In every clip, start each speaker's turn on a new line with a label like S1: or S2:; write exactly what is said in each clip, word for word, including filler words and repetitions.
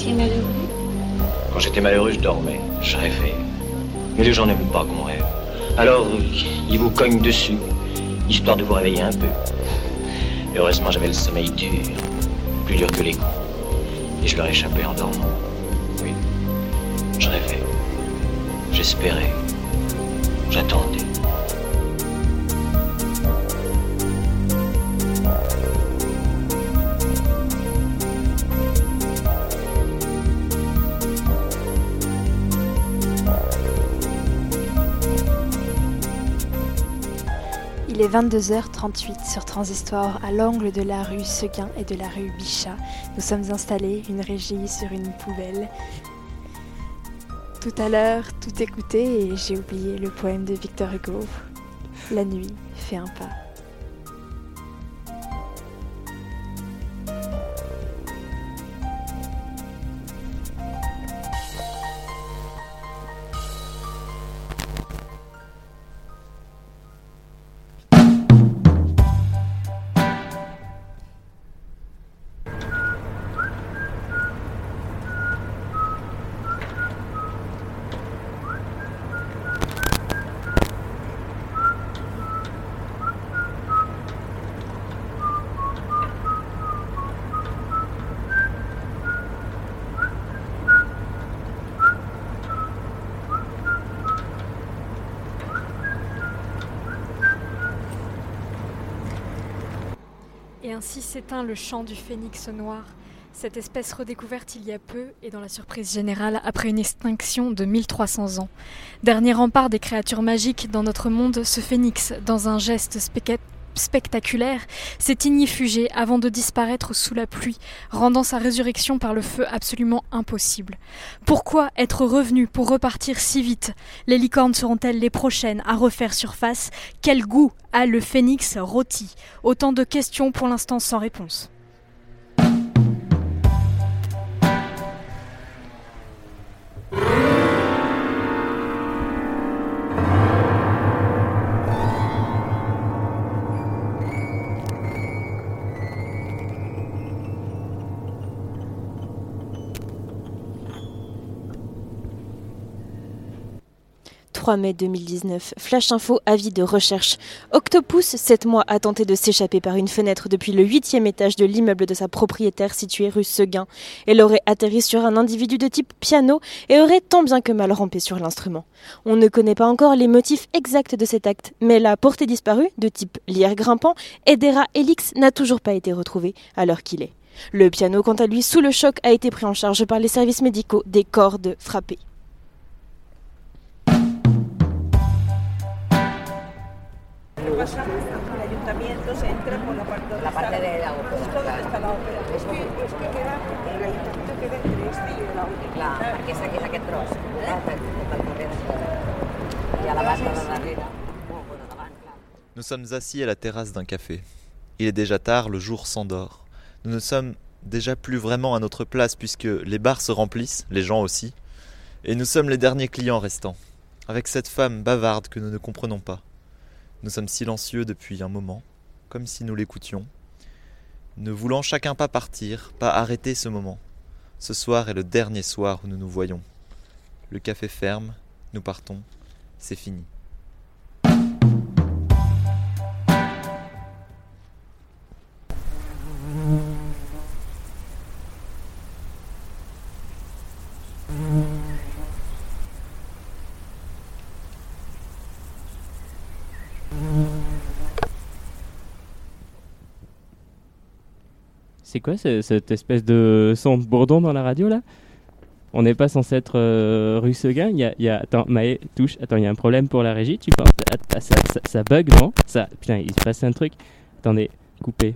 S1: étiez malheureux?
S2: Quand j'étais malheureux, je dormais, je rêvais. Mais les gens n'aiment pas qu'on rêve. Alors, ils vous cognent dessus, histoire de vous réveiller un peu. Et heureusement, j'avais le sommeil dur, plus dur que les coups. Et je leur échappais en dormant. Oui, je rêvais, j'espérais, j'attendais.
S3: Il est vingt-deux heures trente-huit sur Transistor, à l'angle de la rue Seguin et de la rue Bichat. Nous sommes installés, une régie sur une poubelle. Tout à l'heure, tout écouté et j'ai oublié le poème de Victor Hugo. La nuit fait un pas.
S4: Et ainsi s'éteint le chant du phénix noir, cette espèce redécouverte il y a peu et dans la surprise générale après une extinction de mille trois cents ans. Dernier rempart des créatures magiques dans notre monde, ce phénix, dans un geste spéca- spectaculaire, s'est ignifugé avant de disparaître sous la pluie, rendant sa résurrection par le feu absolument impossible. Pourquoi être revenu pour repartir si vite? Les licornes seront-elles les prochaines à refaire surface? Quel goût a le phénix rôti? Autant de questions pour l'instant sans réponse.
S5: trois mai deux mille dix-neuf, Flash Info, avis de recherche. Octopus, sept mois, a tenté de s'échapper par une fenêtre depuis le huitième étage de l'immeuble de sa propriétaire situé rue Seguin. Elle aurait atterri sur un individu de type piano et aurait tant bien que mal rampé sur l'instrument. On ne connaît pas encore les motifs exacts de cet acte, mais la portée disparue, de type lierre grimpant, Hedera helix, n'a toujours pas été retrouvée à l'heure qu'il est. Le piano, quant à lui, sous le choc, a été pris en charge par les services médicaux des cordes frappées.
S6: Pasamos al ayuntamiento, se entra por la parte de la parte de la ópera. Justo donde está la ópera. Es que, es que queda, el ayuntamiento queda entre este y la ópera. Clar, perquè és, és aquest tros. I a la banda de darrere.
S7: Nous sommes assis à la terrasse d'un café. Il est déjà tard, le jour s'endort. Nous ne sommes déjà plus vraiment à notre place puisque les bars se remplissent, les gens aussi. Et nous sommes les derniers clients restants. Avec cette femme bavarde que nous ne comprenons pas. Nous sommes silencieux depuis un moment, comme si nous l'écoutions, ne voulant chacun pas partir, pas arrêter ce moment. Ce soir est le dernier soir où nous nous voyons. Le café ferme, nous partons, c'est fini.
S8: C'est quoi ce, cette espèce de son de bourdon dans la radio là? On n'est pas censé être euh, rue Seguin. Il y a, il y a, attends, Maë, touche. Attends, il y a un problème pour la régie, tu penses? Ah, ça, ça, ça bug, non? Ça, putain, il se passe un truc. Attendez, coupez.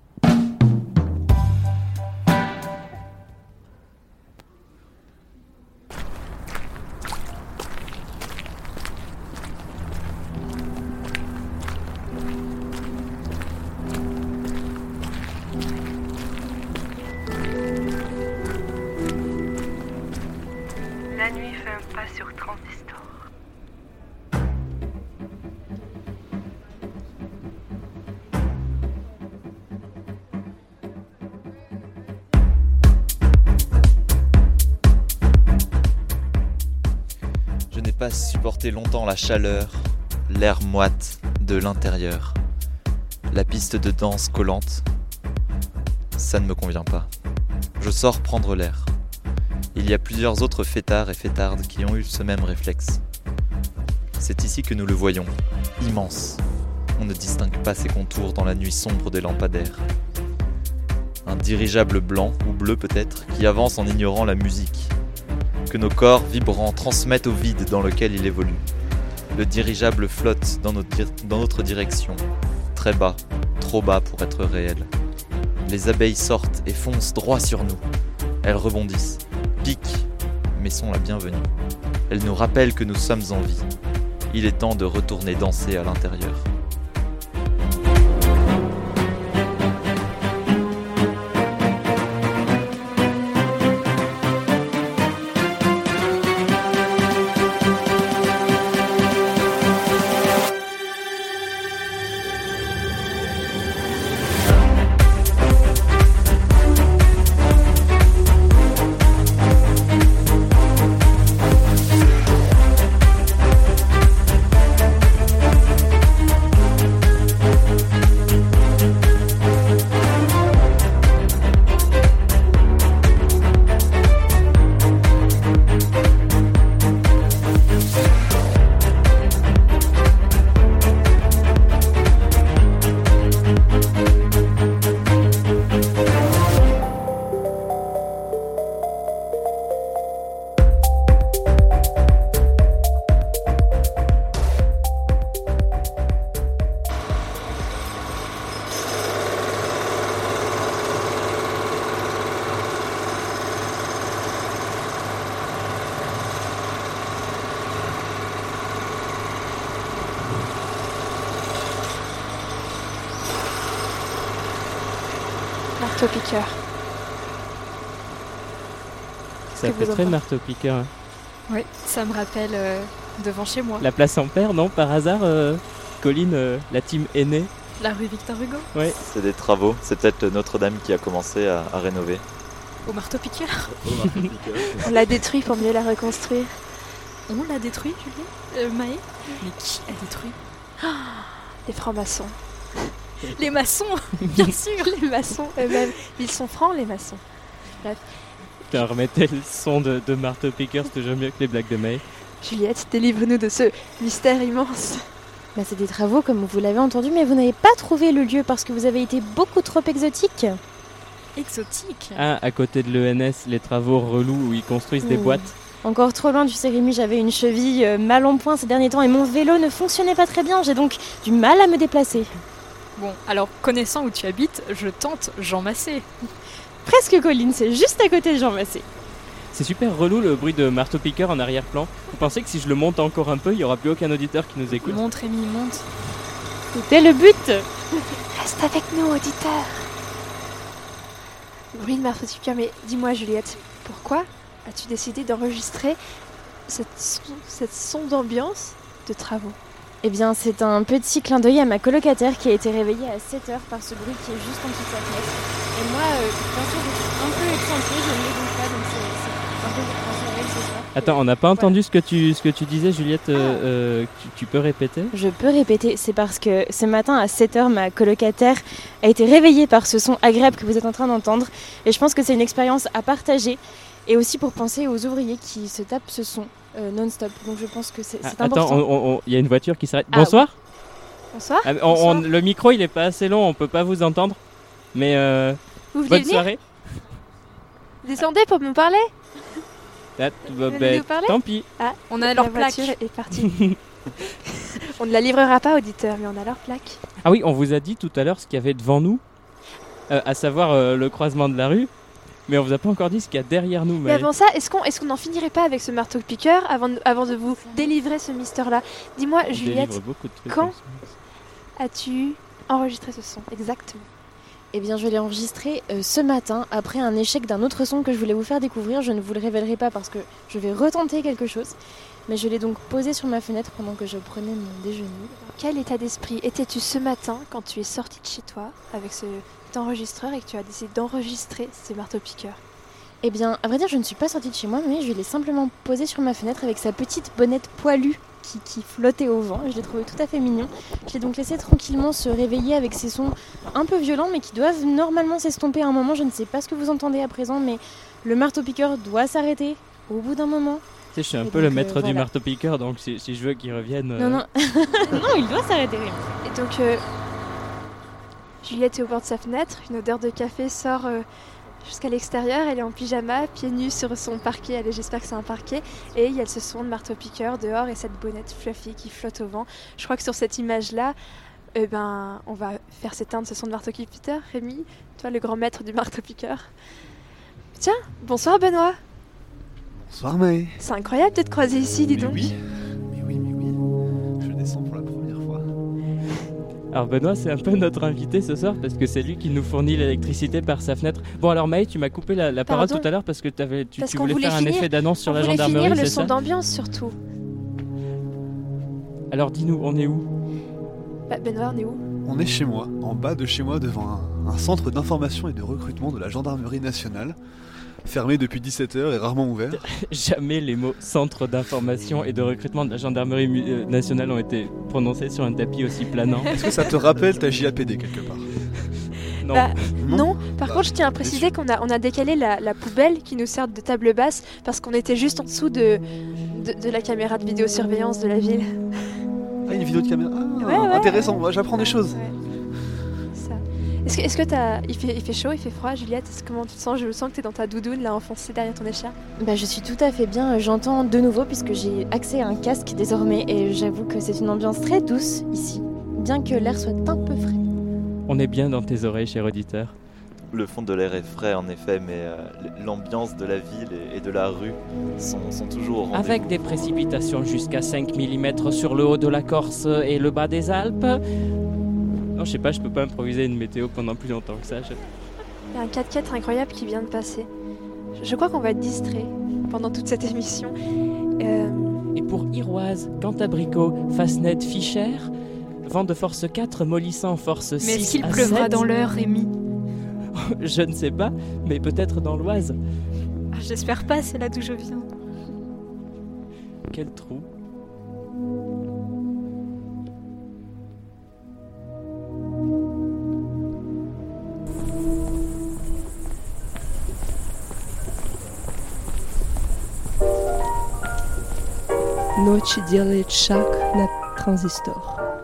S9: La nuit fait un pas sur Transistor.
S7: pas supporter longtemps la chaleur, l'air moite de l'intérieur. La piste de danse collante, ça ne me convient pas. Je sors prendre l'air. Il y a plusieurs autres fêtards et fêtardes qui ont eu ce même réflexe. C'est ici que nous le voyons, immense. On ne distingue pas ses contours dans la nuit sombre des lampadaires. Un dirigeable blanc, ou bleu peut-être, qui avance en ignorant la musique, que nos corps vibrants transmettent au vide dans lequel il évolue. Le dirigeable flotte dans notre, di- dans notre direction, très bas, trop bas pour être réel. Les abeilles sortent et foncent droit sur nous. Elles rebondissent, piquent, mais sont la bienvenue. Elles nous rappellent que nous sommes en vie. Il est temps de retourner danser à l'intérieur.
S3: Marteau-piqueur.
S8: Ça
S3: que
S8: fait
S3: vous en
S8: très
S3: pensez
S8: marteau-piqueur. hein.
S4: Oui, ça me rappelle euh, devant chez moi.
S8: La place Ampère, non, par hasard, euh, Colline, euh, la team aînée.
S4: La rue Victor Hugo.
S8: Ouais.
S7: C'est des travaux, c'est peut-être Notre-Dame qui a commencé à, à rénover.
S4: Au marteau-piqueur.
S3: On l'a détruit pour mieux la reconstruire.
S4: On l'a détruit, Julie euh, Maë. Mais qui a détruit?
S3: Les francs-maçons.
S4: Les maçons, bien sûr.
S3: Les maçons eux-mêmes. Ils sont francs, les maçons.
S8: Putain, remettez le son de, de marteau-piqueur, c'est toujours mieux que les blagues de Maë.
S3: Juliette, délivre-nous de ce mystère immense.
S5: Bah, c'est des travaux comme vous l'avez entendu, mais vous n'avez pas trouvé le lieu parce que vous avez été beaucoup trop exotique.
S4: Exotique.
S8: Ah, à côté de l'E N S, les travaux relous où ils construisent des
S5: Mmh.
S8: boîtes.
S5: Encore trop loin du Rémi, j'avais une cheville euh, mal en point ces derniers temps et mon vélo ne fonctionnait pas très bien, j'ai donc du mal à me déplacer.
S4: Bon, alors connaissant où tu habites, je tente Jean Massé.
S5: Presque Colline, c'est juste à côté de Jean Massé.
S8: C'est super relou le bruit de marteau-piqueur en arrière-plan. Vous pensez que si je le monte encore un peu, il n'y aura plus aucun auditeur qui nous écoute?
S4: Monte Rémi, monte.
S5: C'était le but.
S3: Reste avec nous, auditeur. Bruit de marteau-piqueur, mais dis-moi, Juliette, pourquoi as-tu décidé d'enregistrer cette son, cette son d'ambiance de travaux?
S5: Eh bien, c'est un petit clin d'œil à ma colocataire qui a été réveillée à sept heures par ce bruit qui est juste en dessous de sa fenêtre. Et moi, euh, bien sûr, je suis un peu excentrée, je ne l'écoute pas, donc c'est c'est un peu pour elle ce soir.
S8: Attends, on n'a pas entendu ce que tu, ce que tu disais, Juliette. euh,
S5: Ah.
S8: euh, tu, tu peux répéter?
S5: Je peux répéter, c'est parce que ce matin à sept heures, ma colocataire a été réveillée par ce son agréable que vous êtes en train d'entendre. Et je pense que c'est une expérience à partager. Et aussi pour penser aux ouvriers qui se tapent ce son euh, non-stop. Donc je pense que c'est
S8: Ah,
S5: c'est
S8: attends,
S5: important.
S8: il y a une voiture qui s'arrête.
S5: Ah,
S8: Bonsoir.
S3: Bonsoir.
S8: Ah, on-
S3: Bonsoir.
S8: on- le micro, il est pas assez long, on peut pas vous entendre. Mais euh,
S3: Vous voulez
S8: bonne
S3: venir
S8: soirée.
S3: Descendez pour me parler.
S8: Ah, bah,
S3: venez
S8: bah,
S3: nous parler
S8: tant pis.
S3: Ah,
S4: On a
S3: la
S4: leur plaque.
S3: voiture est partie. On ne la livrera pas, auditeur, mais on a leur plaque.
S8: Ah oui, on vous a dit tout à l'heure ce qu'il y avait devant nous, euh, à savoir euh, le croisement de la rue. Mais on vous a pas encore dit ce qu'il y a derrière nous.
S3: Mais
S8: Maë.
S3: avant ça, est-ce qu'on est-ce qu'on n'en finirait pas avec ce marteau-piqueur avant de, avant de vous délivrer ce mystère-là? Dis-moi,
S8: On
S3: Juliette,
S8: Oh, délivre beaucoup de trucs
S3: quand
S8: comme ça.
S3: as-tu enregistré ce son? Exactement.
S5: Eh bien, je l'ai enregistré euh, ce matin après un échec d'un autre son que je voulais vous faire découvrir. Je ne vous le révélerai pas parce que je vais retenter quelque chose. Mais je l'ai donc posé sur ma fenêtre pendant que je prenais mon déjeuner.
S3: Quel état d'esprit étais-tu ce matin quand tu es sorti de chez toi avec cet enregistreur et que tu as décidé d'enregistrer ces marteaux-piqueurs?
S5: Eh bien, à vrai dire, je ne suis pas sortie de chez moi, mais je l'ai simplement posé sur ma fenêtre avec sa petite bonnette poilue qui, qui flottait au vent. Je l'ai trouvé tout à fait mignon. Je l'ai donc laissé tranquillement se réveiller avec ses sons un peu violents, mais qui doivent normalement s'estomper à un moment. Je ne sais pas ce que vous entendez à présent, mais le marteau-piqueur doit s'arrêter au bout d'un moment.
S8: Tu sais, je suis un
S5: Et
S8: peu
S5: donc,
S8: le maître
S5: euh,
S8: du
S5: voilà.
S8: marteau-piqueur, donc si, si je veux qu'il revienne... euh,
S5: Non, non, non, il doit s'arrêter. Oui.
S3: Et donc, euh, Juliette est au bord de sa fenêtre, une odeur de café sort euh, jusqu'à l'extérieur, elle est en pyjama, pieds nus sur son parquet, allez, j'espère que c'est un parquet, et il y a ce son de marteau-piqueur dehors et cette bonnette fluffy qui flotte au vent. Je crois que sur cette image-là, eh ben, on va faire s'éteindre ce son de marteau-piqueur. Rémi, toi le grand maître du marteau-piqueur. Tiens, bonsoir Benoît.
S1: Bonsoir Maë.
S3: C'est incroyable de te croiser ici, dis
S1: mais
S3: donc.
S1: Oui, mais oui, mais oui. Je descends pour la première fois.
S8: Alors Benoît, c'est un peu notre invité ce soir parce que c'est lui qui nous fournit l'électricité par sa fenêtre. Bon alors Maë, tu m'as coupé la, la parole
S3: Pardon.
S8: tout à l'heure parce que t'avais, tu,
S3: Parce
S8: tu
S3: qu'on
S8: voulais
S3: voulait
S8: faire
S3: finir-
S8: un effet d'annonce sur
S3: On
S8: la
S3: voulait
S8: gendarmerie,
S3: finir le
S8: c'est
S3: son
S8: ça?
S3: d'ambiance surtout.
S8: Alors dis-nous, on est où?
S3: Bah, Benoît, on est où?
S1: On est chez moi, en bas de chez moi, devant un, un centre d'information et de recrutement de la gendarmerie nationale, fermé depuis dix-sept heures et rarement ouvert.
S8: Jamais les mots centre d'information et de recrutement de la gendarmerie mu- euh, nationale ont été prononcés sur un tapis aussi planant.
S1: Est-ce que ça te rappelle ta J A P D quelque part?
S8: Non.
S3: Bah, Non, par
S1: Bah,
S3: contre, je tiens à préciser qu'on a, on a décalé la, la poubelle qui nous sert de table basse parce qu'on était juste en dessous de, de, de la caméra de vidéosurveillance de la ville.
S1: Ah, une vidéo de caméra. Ah,
S3: Ouais, ouais.
S1: intéressant, moi, j'apprends des choses.
S3: Ouais. Ça. Est-ce que, est-ce que t'as... Il fait, il fait chaud, il fait froid, Juliette? Est-ce- Comment tu te sens? Je sens que t'es dans ta doudoune, là, enfoncée derrière ton écharpe.
S5: Bah, je suis tout à fait bien. J'entends de nouveau puisque j'ai accès à un casque désormais et j'avoue que c'est une ambiance très douce ici, bien que l'air soit un peu frais.
S8: On est bien dans tes oreilles, cher auditeur.
S7: Le fond de l'air est frais en effet, mais euh, l'ambiance de la ville et, et de la rue sont, sont toujours au rendez-vous.
S8: Avec des précipitations jusqu'à cinq millimètres sur le haut de la Corse et le bas des Alpes. Non, je sais pas, je peux pas improviser une météo pendant plus longtemps que ça. je-
S3: Il y a un quatre-quatre incroyable qui vient de passer. Je, je crois qu'on va être distrait pendant toute cette émission. Euh,
S8: Et pour Iroise, Cantabrico, Fasnet, Fischer, vent de force quatre, mollissant force six
S4: Mais est-ce qu'il
S8: à
S4: pleuvra
S8: sept?
S4: dans l'heure, Rémi?
S8: Je ne sais pas, mais peut-être dans l'Oise.
S4: Ah, j'espère pas, c'est là d'où je viens.
S8: Quel trou.
S10: Ночи делает шаг на транзистор.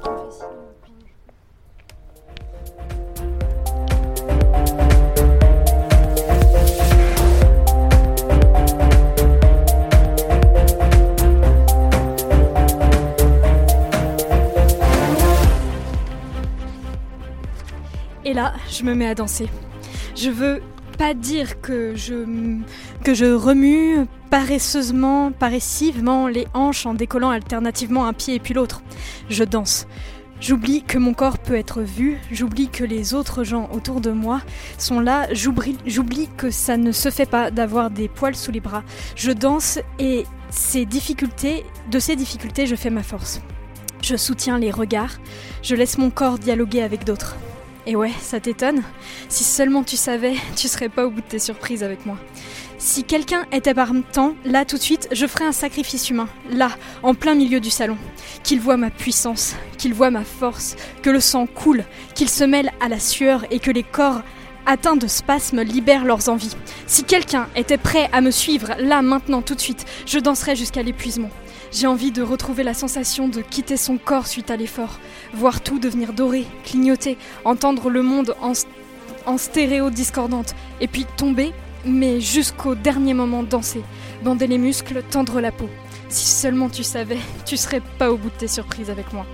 S4: Et là, je me mets à danser. Je veux pas dire que je, que je remue paresseusement, paressivement les hanches en décollant alternativement un pied et puis l'autre. Je danse. J'oublie que mon corps peut être vu, j'oublie que les autres gens autour de moi sont là, j'oublie, j'oublie que ça ne se fait pas d'avoir des poils sous les bras. Je danse et ces difficultés, de ces difficultés, je fais ma force. Je soutiens les regards, je laisse mon corps dialoguer avec d'autres. Et ouais, ça t'étonne? Si seulement tu savais, tu serais pas au bout de tes surprises avec moi. Si quelqu'un était partant, là tout de suite, je ferais un sacrifice humain, là, en plein milieu du salon. Qu'il voit ma puissance, qu'il voit ma force, que le sang coule, qu'il se mêle à la sueur et que les corps atteints de spasmes libèrent leurs envies. Si quelqu'un était prêt à me suivre, là, maintenant, tout de suite, je danserais jusqu'à l'épuisement. J'ai envie de retrouver la sensation de quitter son corps suite à l'effort, voir tout devenir doré, clignoter, entendre le monde en, en stéréo discordante, et puis tomber, mais jusqu'au dernier moment danser, bander les muscles, tendre la peau. Si seulement tu savais, tu serais pas au bout de tes surprises avec moi.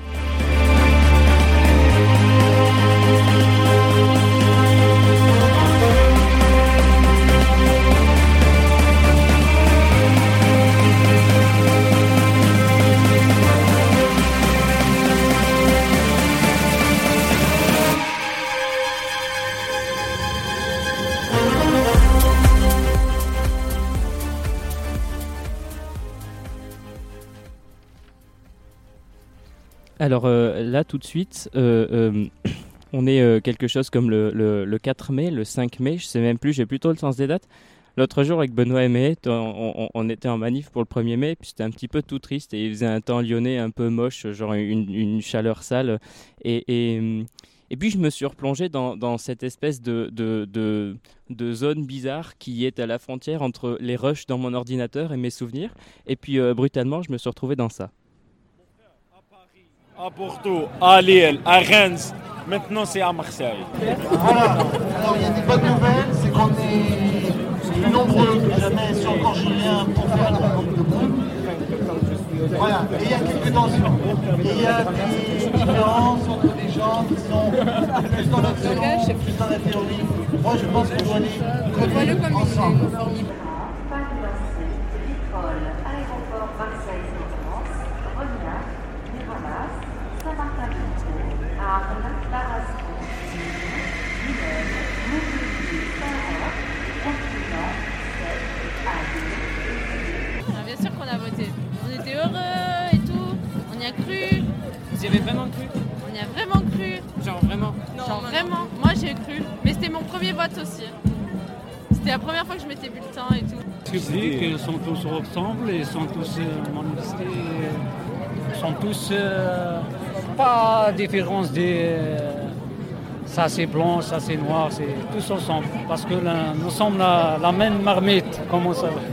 S8: Alors euh, là, tout de suite, euh, euh, on est euh, quelque chose comme le, le, le quatre mai, le cinq mai, je sais même plus, j'ai plutôt le sens des dates. L'autre jour, avec Benoît et Mehmet, on, on, on était en manif pour le premier mai, puis c'était un petit peu tout triste, et il faisait un temps lyonnais un peu moche, genre une, une chaleur sale. Et, et, et puis je me suis replongé dans, dans cette espèce de, de, de, de zone bizarre qui est à la frontière entre les rushs dans mon ordinateur et mes souvenirs. Et puis euh, brutalement, je me suis retrouvé dans ça.
S11: À Porto, à Lille, à Reims, maintenant c'est à Marseille.
S12: Voilà, alors il y a des bonnes nouvelles, c'est qu'on est plus nombreux que jamais sur le Corchélien pour faire la rencontre de groupe. Voilà, et il y a quelques tensions. Et il y a des différences entre des gens qui sont plus dans l'action, plus dans la théorie. Moi je pense qu'on doit aller ensemble.
S13: Bien sûr qu'on a voté. On était heureux et tout. On y a cru.
S14: Vous y avez vraiment cru?
S13: On y a vraiment cru.
S14: Genre vraiment?
S13: Non, Genre non, vraiment. Non. Moi j'ai cru. Mais c'était mon premier vote aussi. C'était la première fois que je mettais bulletin et tout.
S15: Ce que je dis, qu'ils sont tous ensemble, ils sont tous euh, manifestés, ils sont tous euh, pas différence des euh, ça c'est blanc, ça c'est noir, c'est tous ensemble. Parce que là, nous sommes la, la même marmite, comment ça va.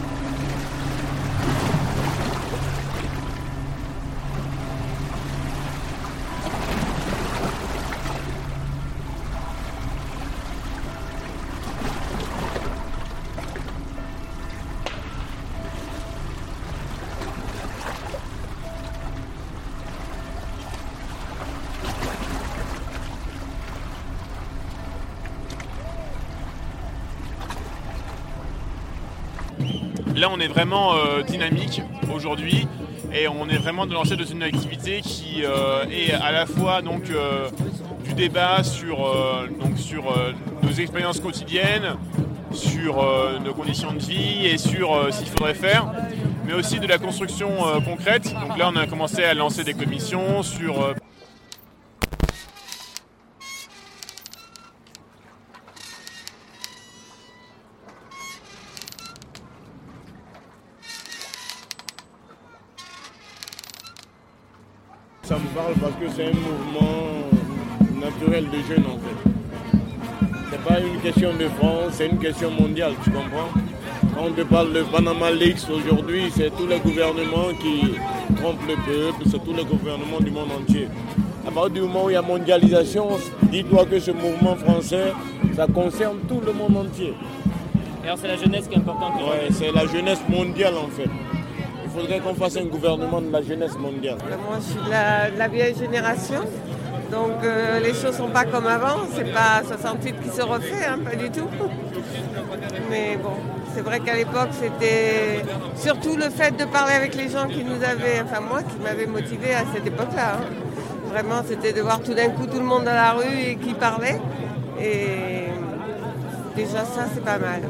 S16: Là, on est vraiment euh, dynamique aujourd'hui et on est vraiment lancé dans une activité qui euh, est à la fois donc, euh, du débat sur, euh, donc, sur euh, nos expériences quotidiennes, sur euh, nos conditions de vie et sur euh, ce qu'il faudrait faire, mais aussi de la construction euh, concrète. Donc là, on a commencé à lancer des commissions sur... Euh,
S17: Ça me parle parce que c'est un mouvement naturel de jeunes en fait. C'est pas une question de France, c'est une question mondiale, tu comprends? Quand on te parle de Panama Leaks aujourd'hui, c'est tous les gouvernements qui trompent le peuple, c'est tous les gouvernements du monde entier. À partir du moment où il y a mondialisation, dis-toi que ce mouvement français, ça concerne tout le monde entier.
S14: Et alors c'est la jeunesse qui est importante?
S17: Oui, c'est la jeunesse mondiale en fait. Il faudrait qu'on fasse un gouvernement de la jeunesse mondiale.
S18: Moi, je suis de la, de la vieille génération, donc euh, les choses ne sont pas comme avant. C'est pas soixante-huit qui se refait, hein, pas du tout. Mais bon, c'est vrai qu'à l'époque, c'était surtout le fait de parler avec les gens qui nous avaient, enfin moi, qui m'avait motivé à cette époque-là. Hein. Vraiment, c'était de voir tout d'un coup tout le monde dans la rue et qui parlait. Et déjà, ça, c'est pas mal.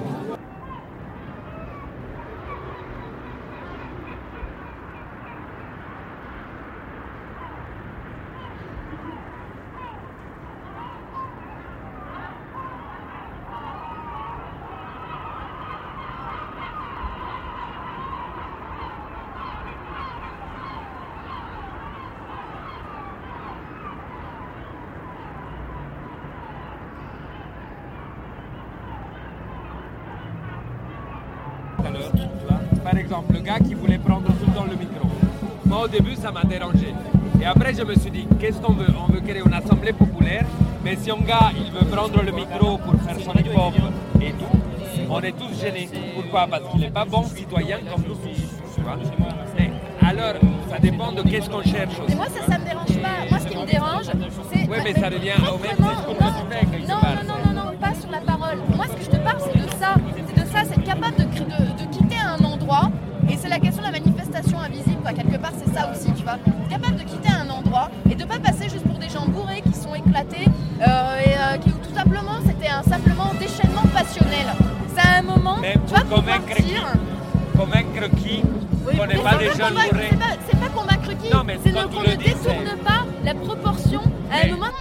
S19: Par exemple, le gars qui voulait prendre tout le temps le micro. Moi, au début, ça m'a dérangé. Et après, je me suis dit, qu'est-ce qu'on veut? On veut créer une assemblée populaire, mais si un gars, il veut prendre le micro pour faire son hip-hop et tout, on est tous gênés. Pourquoi? Parce qu'il n'est pas bon citoyen comme nous tous. Tu vois? Et alors, ça dépend de qu'est-ce qu'on cherche aussi.
S20: Mais moi, ça, ça me dérange pas. Moi, ce qui me dérange, c'est...
S19: Oui, mais ça revient au même discours que tu fais quand il se
S20: Non,
S19: parle.
S20: non, non, non, non, pas sur la parole. Moi, ce que je te parle, c'est de ça. C'est de ça, c'est être capable de, de, de quitter un endroit. Et c'est la question de la manifestation invisible, quoi. Quelque part, c'est ça aussi, tu vois. Être capable de quitter un endroit et de pas passer juste pour des gens bourrés qui sont éclatés euh, et euh, qui, tout simplement, c'était un simplement déchaînement passionnel. C'est à un moment,
S19: mais
S20: tu vas pouvoir
S19: convaincre
S20: dire...
S19: qui Convaincre qui
S20: Oui,
S19: qu'on n'est pas des jeunes bourrés.
S20: C'est pas, c'est pas convaincre qui,
S19: non, mais
S20: c'est
S19: quand
S20: ne, qu'on
S19: tu
S20: ne
S19: le dis,
S20: détourne
S19: c'est...
S20: pas la proportion à
S19: mais...
S20: un moment...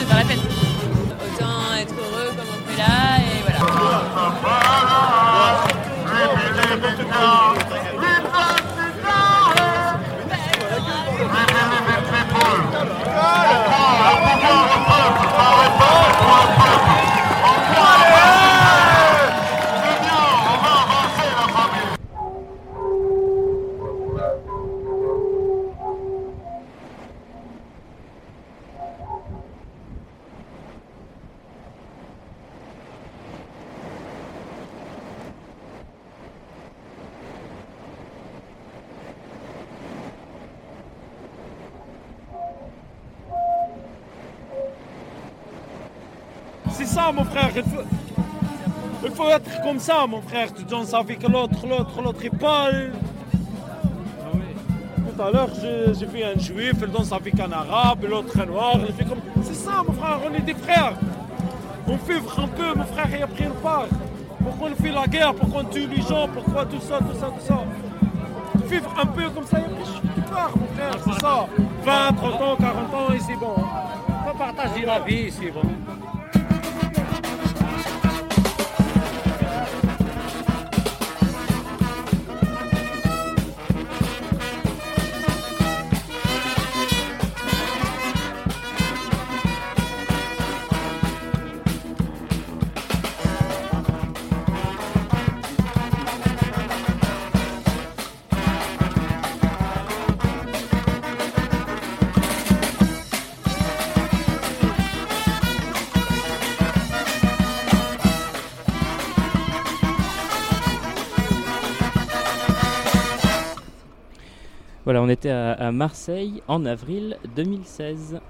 S13: faire la fête. Autant être heureux comme on fait là, et voilà.
S11: C'est ça, mon frère. Il faut, il faut être comme ça, mon frère. Tu donnes sa vie que l'autre, l'autre, l'autre est pas. Tout à l'heure, j'ai, j'ai vu un juif, il donne sa vie qu'un arabe, l'autre un noir. Il fait comme. C'est ça, mon frère. On est des frères. On vivre un peu, mon frère, et après on part. Pourquoi on fait la guerre? Pourquoi on tue les gens? Pourquoi tout ça, tout ça, tout ça? Vivre un peu comme ça, et après tu pars, mon frère. C'est ça. vingt, trente ans, quarante ans, et c'est bon.
S15: On peut partager la vie, c'est bon.
S8: Voilà, on était à, à Marseille en avril deux mille seize.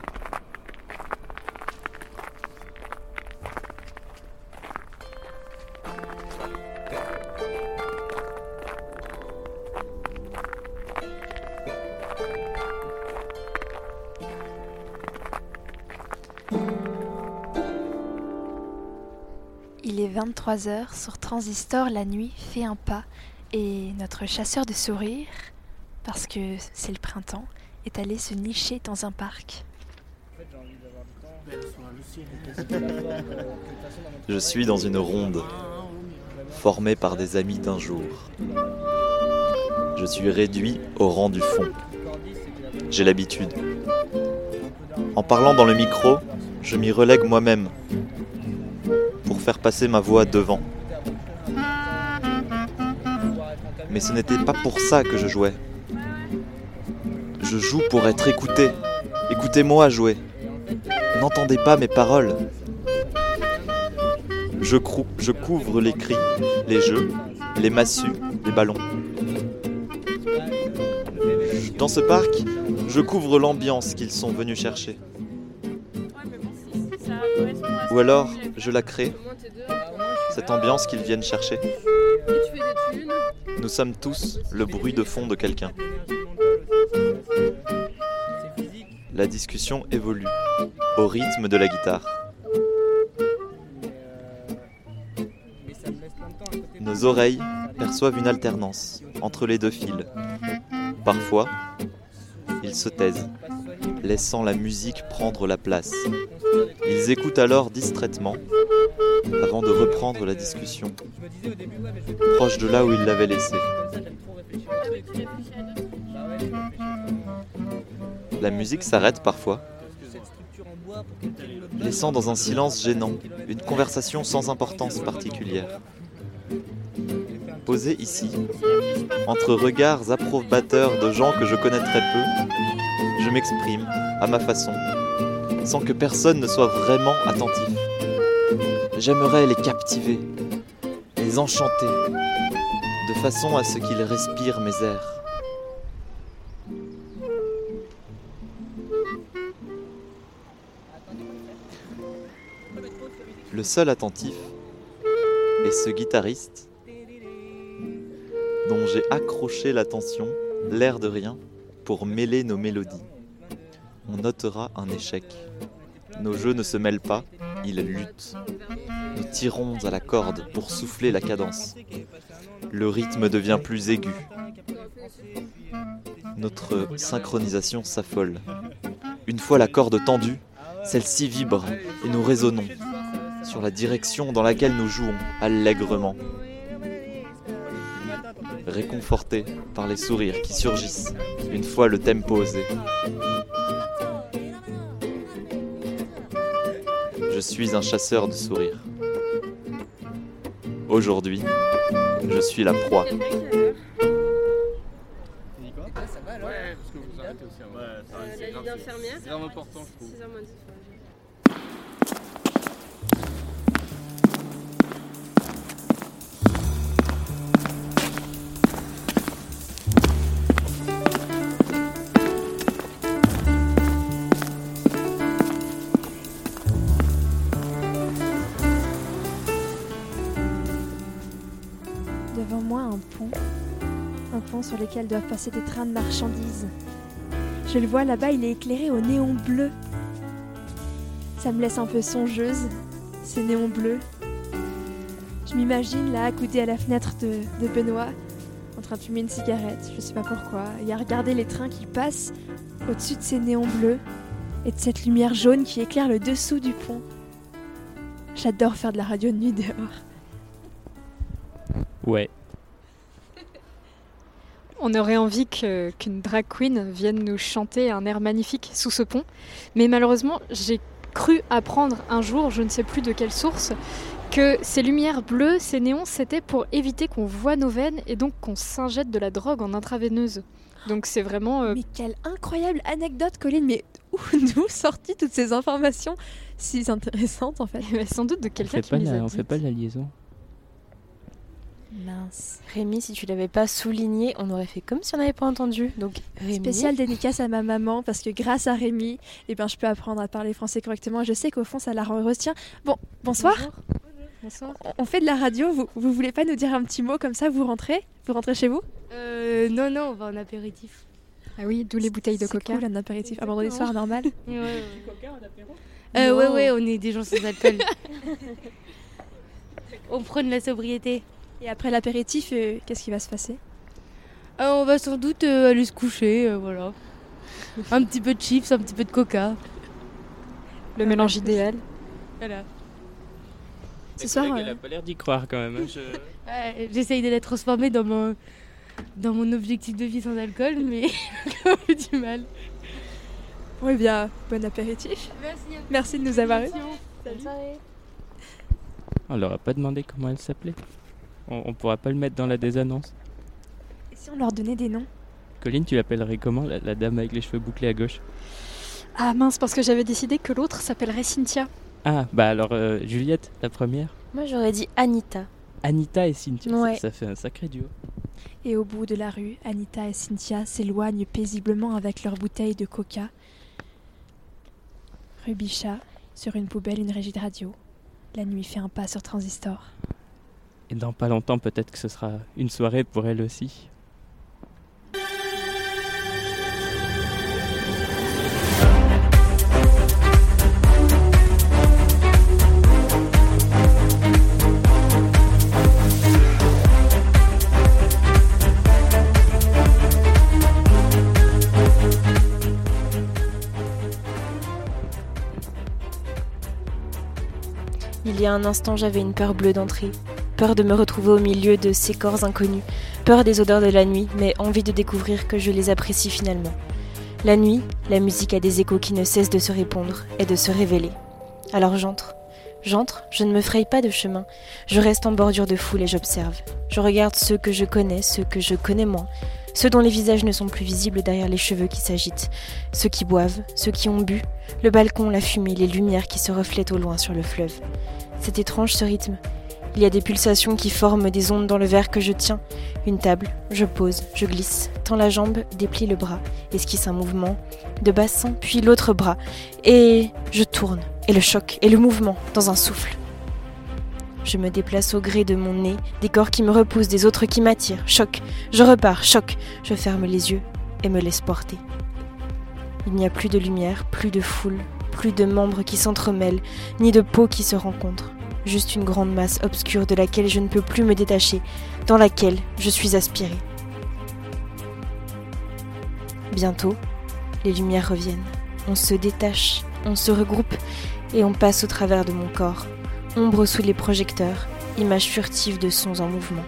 S3: Il est vingt-trois heures, sur Transistor, la nuit fait un pas et notre chasseur de sourires, parce que c'est le printemps, est allé se nicher dans un parc.
S7: Je suis dans une ronde, formée par des amis d'un jour. Je suis réduit au rang du fond. J'ai l'habitude. En parlant dans le micro, je m'y relègue moi-même, pour faire passer ma voix devant. Mais ce n'était pas pour ça que je jouais. Je joue pour être écouté. Écoutez-moi jouer. N'entendez pas mes paroles. Je, crou- je couvre les cris, les jeux, les massues, les ballons. Dans ce parc, je couvre l'ambiance qu'ils sont venus chercher. Ou alors, je la crée, cette ambiance qu'ils viennent chercher. Nous sommes tous le bruit de fond de quelqu'un. La discussion évolue au rythme de la guitare. Nos oreilles perçoivent une alternance entre les deux fils. Parfois, ils se taisent, laissant la musique prendre la place. Ils écoutent alors distraitement avant de reprendre la discussion, proche de là où ils l'avaient laissée. La musique s'arrête parfois, laissant dans un silence gênant une conversation sans importance particulière. Posée ici, entre regards approbateurs de gens que je connais très peu, je m'exprime à ma façon, sans que personne ne soit vraiment attentif. J'aimerais les captiver, les enchanter, de façon à ce qu'ils respirent mes airs. Le seul attentif est ce guitariste dont j'ai accroché l'attention, l'air de rien, pour mêler nos mélodies. On notera un échec. Nos jeux ne se mêlent pas, ils luttent. Nous tirons à la corde pour souffler la cadence. Le rythme devient plus aigu. Notre synchronisation s'affole. Une fois la corde tendue, Celle-ci vibre et nous résonnons sur la direction dans laquelle nous jouons allègrement, réconfortés par les sourires qui surgissent une fois le thème posé. Je suis un chasseur de sourires. Aujourd'hui, je suis la proie.
S21: C'est vraiment important, je trouve.
S3: Devant moi, un pont. Un pont sur lequel doivent passer des trains de marchandises. Je le vois là-bas, il est éclairé au néon bleu. Ça me laisse un peu songeuse, ces néons bleus. Je m'imagine là, accoudée à la fenêtre de, de Benoît, en train de fumer une cigarette, je sais pas pourquoi, et à regarder les trains qui passent au-dessus de ces néons bleus et de cette lumière jaune qui éclaire le dessous du pont. J'adore faire de la radio de nuit dehors.
S8: Ouais.
S4: On aurait envie que, qu'une drag queen vienne nous chanter un air magnifique sous ce pont. Mais malheureusement, j'ai cru apprendre un jour, je ne sais plus de quelle source, que ces lumières bleues, ces néons, c'était pour éviter qu'on voie nos veines et donc qu'on s'injecte de la drogue en intraveineuse. Donc c'est vraiment... Euh...
S3: Mais quelle incroyable anecdote, Colline. Mais où nous sorties toutes ces informations si intéressantes en fait?
S4: Mais sans doute de quelqu'un qui les a dites.
S8: On fait pas la liaison.
S5: Mince. Rémi, si tu l'avais pas souligné, on aurait fait comme si on n'avait pas entendu. Donc, Rémi...
S3: Spécial dédicace à ma maman, parce que grâce à Rémi, eh ben, je peux apprendre à parler français correctement. Et je sais qu'au fond, ça la retient. Bon, bonsoir.
S4: Bonjour. Bonsoir.
S3: On fait de la radio. Vous, vous voulez pas nous dire un petit mot comme ça? Vous rentrez Vous rentrez chez vous?
S22: euh, Non, non, on va en apéritif.
S4: Ah oui, d'où les bouteilles de
S3: c'est
S4: coca.
S3: C'est cool, un apéritif. Un vendredi soir, normal.
S22: Ouais, ouais. Du coca en apéro euh, Ouais, ouais, on est des gens sans alcool. On prône la sobriété.
S3: Et après l'apéritif, euh, qu'est-ce qui va se passer?
S22: euh, On va sans doute euh, aller se coucher, euh, voilà. Un petit peu de chips, un petit peu de coca.
S4: Le mélange idéal.
S22: Voilà.
S3: Ce soir,
S8: elle a pas l'air d'y croire quand même. Hein, je...
S22: ouais, j'essaye de la transformer dans mon, dans mon objectif de vie sans alcool, mais j'ai un peu du mal.
S3: Oui, bien, bon apéritif.
S22: Merci,
S3: Merci de nous avoir eu.
S22: Salut.
S8: On leur a pas demandé comment elle s'appelait. On, on pourra pas le mettre dans la désannonce.
S3: Et si on leur donnait des noms?
S8: Colline, tu l'appellerais comment, la, la dame avec les cheveux bouclés à gauche?
S4: Ah mince, parce que j'avais décidé que l'autre s'appellerait Cynthia.
S8: Ah, bah alors euh, Juliette, la première.
S5: Moi j'aurais dit Anita.
S8: Anita et Cynthia,
S5: ouais.
S8: ça, ça fait un sacré duo.
S3: Et au bout de la rue, Anita et Cynthia s'éloignent paisiblement avec leur bouteille de coca. Rue Bichat, sur une poubelle, une régie de radio. La nuit fait un pas sur Transistor.
S8: Et dans pas longtemps, peut-être que ce sera une soirée pour elle aussi.
S5: Il y a un instant, j'avais une peur bleue d'entrer. Peur de me retrouver au milieu de ces corps inconnus. Peur des odeurs de la nuit, mais envie de découvrir que je les apprécie finalement. La nuit, la musique a des échos qui ne cessent de se répondre et de se révéler. Alors j'entre. J'entre, je ne me fraye pas de chemin. Je reste en bordure de foule et j'observe. Je regarde ceux que je connais, ceux que je connais moins. Ceux dont les visages ne sont plus visibles derrière les cheveux qui s'agitent. Ceux qui boivent, ceux qui ont bu. Le balcon, la fumée, les lumières qui se reflètent au loin sur le fleuve. C'est étrange ce rythme. Il y a des pulsations qui forment des ondes dans le verre que je tiens. Une table, je pose, je glisse, tends la jambe, déplie le bras, esquisse un mouvement de bassin, puis l'autre bras. Et je tourne, et le choc, et le mouvement, dans un souffle. Je me déplace au gré de mon nez, des corps qui me repoussent, des autres qui m'attirent. Choc, je repars, choc, je ferme les yeux et me laisse porter. Il n'y a plus de lumière, plus de foule, plus de membres qui s'entremêlent, ni de peau qui se rencontrent. Juste une grande masse obscure de laquelle je ne peux plus me détacher, dans laquelle je suis aspirée. Bientôt, les lumières reviennent. On se détache On se regroupe et on passe au travers de mon corps. Ombre sous les projecteurs, images furtives de sons en mouvement.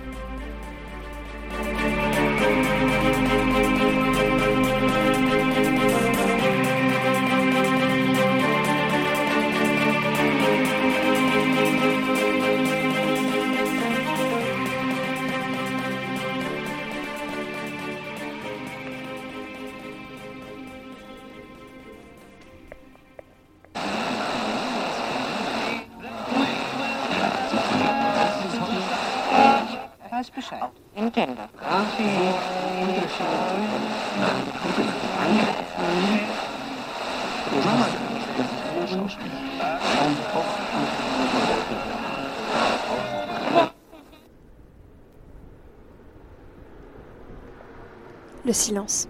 S3: Le silence.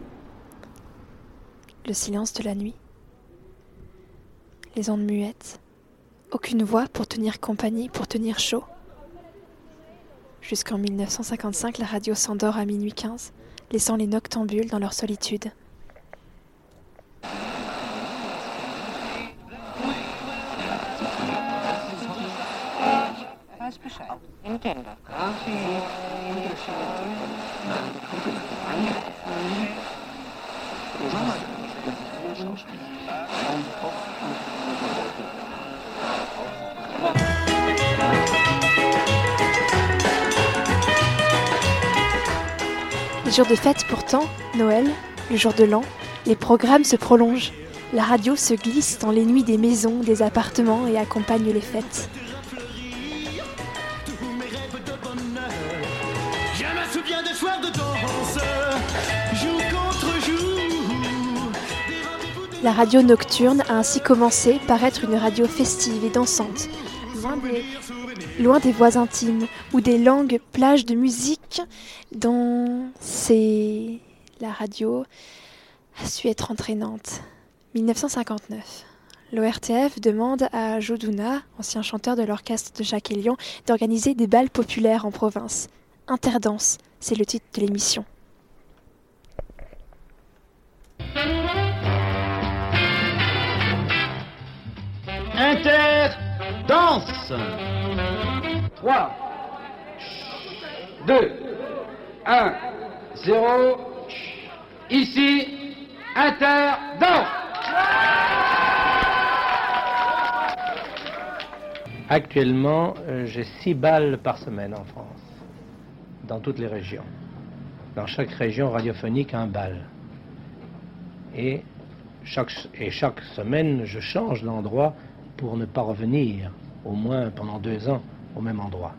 S3: Le silence de la nuit. Les ondes muettes. Aucune voix pour tenir compagnie, pour tenir chaud. Jusqu'en mille neuf cent cinquante-cinq, la radio s'endort à minuit quinze, laissant les noctambules dans leur solitude. Les jours de fête pourtant, Noël, le jour de l'an, les programmes se prolongent. La radio se glisse dans les nuits des maisons, des appartements et accompagne les fêtes.
S2: Je me souviens des soirs de danse, jour contre jour.
S3: La radio nocturne a ainsi commencé par être une radio festive et dansante, loin des, loin des voix intimes ou des langues plages de musique dont c'est la radio a su être entraînante. mille neuf cent cinquante-neuf. L'O R T F demande à Jodouna, ancien chanteur de l'orchestre de Jacques Hélion, d'organiser des bals populaires en province. Interdanse, c'est le titre de l'émission.
S21: Interdanse. trois, deux, un, zéro. Ici, Interdanse.
S23: Actuellement, euh, j'ai six balles par semaine en France, dans toutes les régions. Dans chaque région radiophonique, un bal. Et chaque, et chaque semaine, je change d'endroit pour ne pas revenir, au moins pendant deux ans, au même endroit.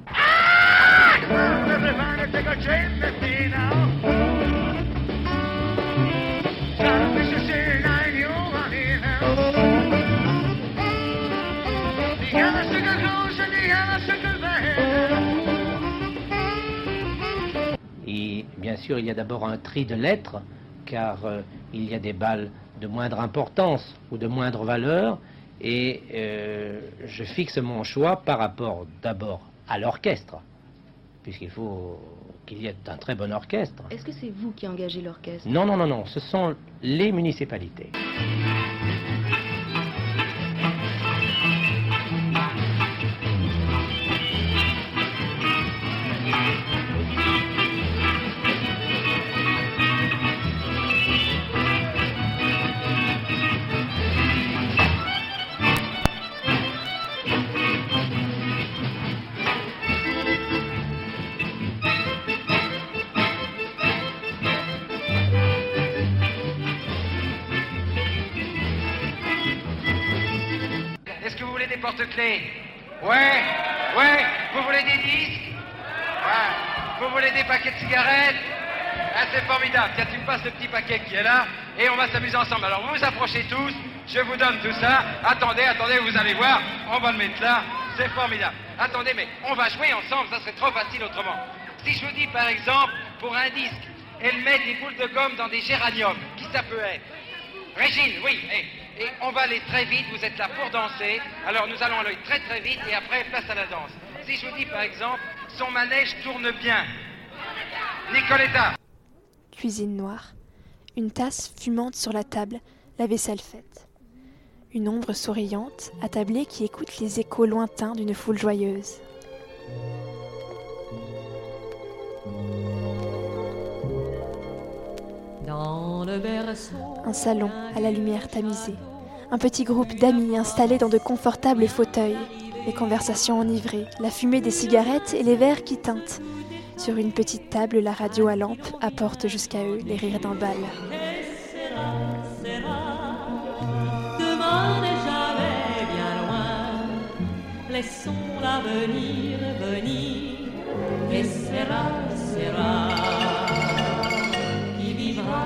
S23: Et bien sûr, il y a d'abord un tri de lettres, car euh, il y a des balles de moindre importance ou de moindre valeur, et euh, je fixe mon choix par rapport d'abord à l'orchestre, puisqu'il faut qu'il y ait un très bon orchestre.
S24: Est-ce que c'est vous qui engagez l'orchestre?
S23: Non, non, non, non, ce sont les municipalités.
S21: Porte-clés. Ouais, ouais, vous voulez des disques? Ouais. Vous voulez des paquets de cigarettes? Ah, c'est formidable. Tiens, tu me passes le petit paquet qui est là et on va s'amuser ensemble. Alors vous vous approchez tous, je vous donne tout ça. Attendez, attendez, vous allez voir, on va le mettre là. C'est formidable. Attendez, mais on va jouer ensemble, ça serait trop facile autrement. Si je vous dis par exemple, pour un disque, elle met des boules de gomme dans des géraniums, qui ça peut être? Régine, oui, et, et on va aller très vite, vous êtes là pour danser, alors nous allons aller très très vite et après place à la danse. Si je vous dis par exemple, son manège tourne bien. Nicoletta.
S3: Cuisine noire. Une tasse fumante sur la table, la vaisselle faite. Une ombre souriante, attablée qui écoute les échos lointains d'une foule joyeuse.
S1: Dans le berceau,
S3: Un salon à la lumière tamisée. Un petit groupe d'amis installés dans de confortables fauteuils. Les conversations enivrées, la fumée des cigarettes et les verres qui tintent. Sur une petite table, la radio à lampe apporte jusqu'à eux les rires d'un bal.
S1: demain n'est jamais bien loin. Laissons l'avenir venir. Et sera, sera. Qui vivra,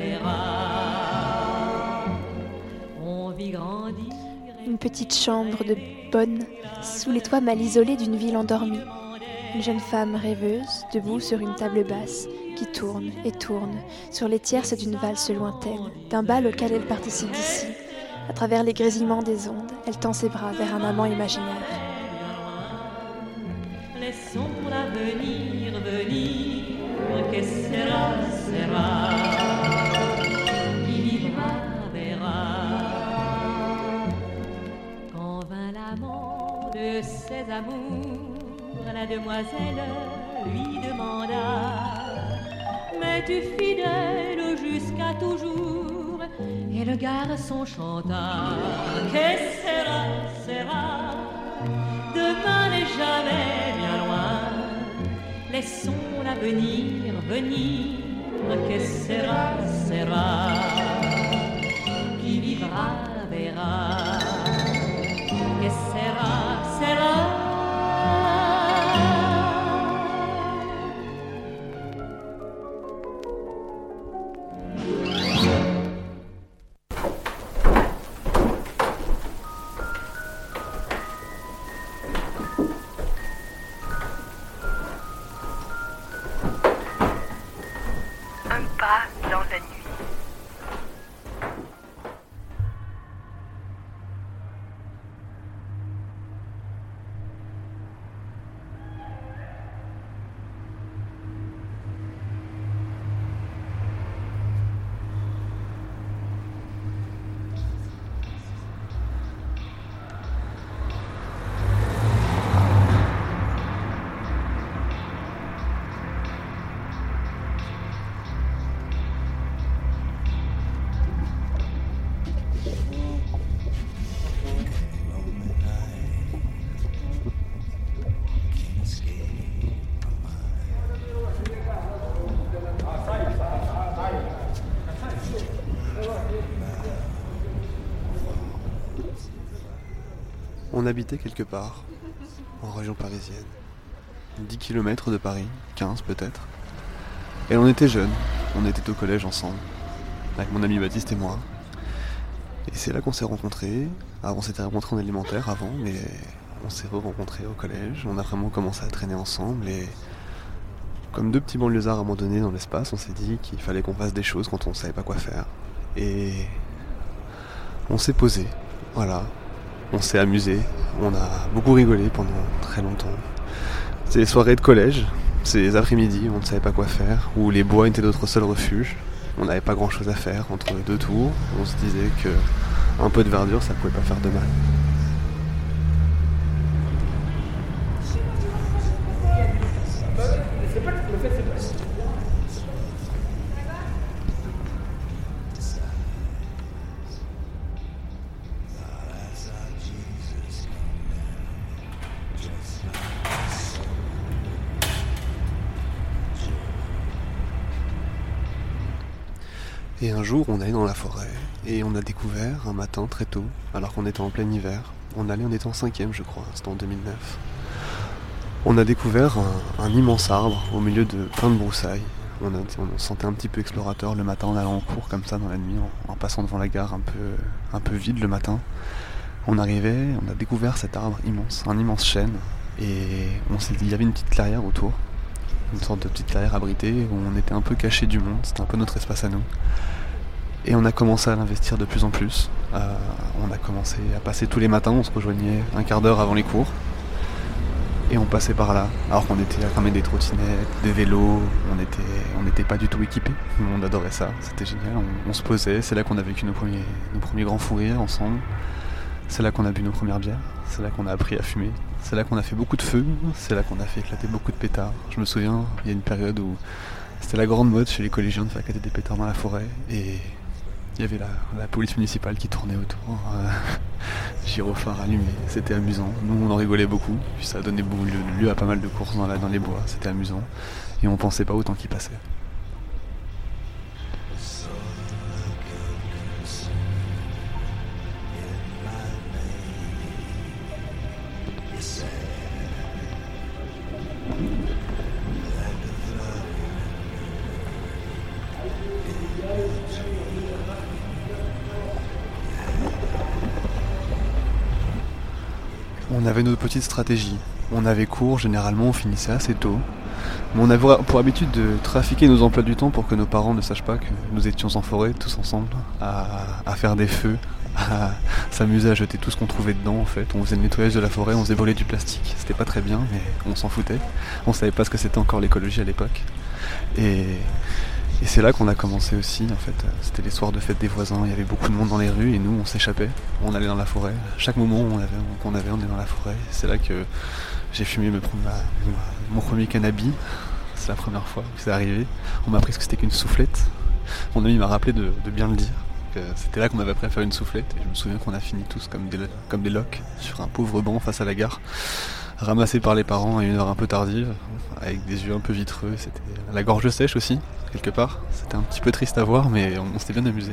S1: verra. On vit grandir.
S3: Une petite chambre de bonne, sous les toits mal isolés d'une ville endormie. Une jeune femme rêveuse, debout sur une table basse, qui tourne et tourne, sur les tierces d'une valse lointaine, d'un bal auquel elle participe d'ici. À travers les grésillements des ondes, elle tend ses bras vers un amant imaginaire.
S1: Laissons l'avenir venir, que sera, sera. Qui vivra, verra. Quand vint l'amant de ses amours, la demoiselle lui demanda: m'es-tu fidèle jusqu'à toujours? Et le garçon chanta: que sera, sera. Demain n'est jamais bien loin. Laissons l'avenir venir. Que sera, sera. Qui vivra, verra. Que sera, sera.
S6: On habitait quelque part, en région parisienne, dix kilomètres de Paris, quinze peut-être. Et on était jeunes, on était au collège ensemble, avec mon ami Baptiste et moi. Et c'est là qu'on s'est rencontrés. Alors on s'était rencontrés en élémentaire avant, mais on s'est re-rencontrés au collège. On a vraiment commencé à traîner ensemble et comme deux petits banlieusards à un moment donné dans l'espace, on s'est dit qu'il fallait qu'on fasse des choses quand on ne savait pas quoi faire. Et on s'est posé, voilà. On s'est amusé, on a beaucoup rigolé pendant très longtemps. C'est les soirées de collège, c'est les après-midi où on ne savait pas quoi faire, où les bois étaient notre seul refuge. On n'avait pas grand chose à faire entre les deux tours. On se disait que un peu de verdure, ça pouvait pas faire de mal. Et un jour, on allait dans la forêt et on a découvert un matin très tôt, alors qu'on était en plein hiver. On allait, on était en cinquième, je crois, c'était en deux mille neuf. On a découvert un, un immense arbre au milieu de plein de broussailles. On, a, on se sentait un petit peu explorateur le matin en allant en cours comme ça dans la nuit, en, en passant devant la gare un peu, un peu vide le matin. On arrivait, on a découvert cet arbre immense, un immense chêne, et on s'est dit, il y avait une petite clairière autour, une sorte de petite clairière abritée où on était un peu caché du monde, c'était un peu notre espace à nous. Et on a commencé à l'investir de plus en plus. Euh, on a commencé à passer tous les matins, on se rejoignait un quart d'heure avant les cours. Et on passait par là, alors qu'on était à ramener des trottinettes, des vélos, on était, on n'était pas du tout équipés. On adorait ça, c'était génial, on, on se posait, c'est là qu'on a vécu nos premiers, nos premiers grands fous rires ensemble. C'est là qu'on a bu nos premières bières, c'est là qu'on a appris à fumer, c'est là qu'on a fait beaucoup de feu, c'est là qu'on a fait éclater beaucoup de pétards. Je me souviens, il y a une période où c'était la grande mode chez les collégiens de faire éclater des pétards dans la forêt, et il y avait la, la police municipale qui tournait autour, euh, gyrophare allumé, c'était amusant. Nous on en rigolait beaucoup, puis ça a donné lieu, lieu à pas mal de courses dans, la, dans les bois, c'était amusant, et on pensait pas au temps qui passait. On avait notre petite stratégie. On avait cours, généralement on finissait assez tôt. Mais on avait pour habitude de trafiquer nos emplois du temps pour que nos parents ne sachent pas que nous étions en forêt, tous ensemble, à, à faire des feux, à s'amuser à jeter tout ce qu'on trouvait dedans en fait. On faisait le nettoyage de la forêt, on faisait brûler du plastique. C'était pas très bien, mais on s'en foutait. On savait pas ce que c'était encore l'écologie à l'époque. Et... Et c'est là qu'on a commencé aussi, en fait. C'était les soirs de fête des voisins, il y avait beaucoup de monde dans les rues et nous on s'échappait, on allait dans la forêt. Chaque moment on avait, qu'on avait, on était dans la forêt. C'est là que j'ai fumé mes, ma, mon premier cannabis. C'est la première fois que c'est arrivé. On m'a appris ce que c'était qu'une soufflette. Mon ami m'a rappelé de, de bien le dire. Que c'était là qu'on avait appris à faire une soufflette. Et je me souviens qu'on a fini tous comme des, comme des loques sur un pauvre banc face à la gare, ramassés par les parents à une heure un peu tardive, avec des yeux un peu vitreux. C'était la gorge sèche aussi, quelque part. C'était un petit peu triste à voir, mais on, on s'était bien amusé.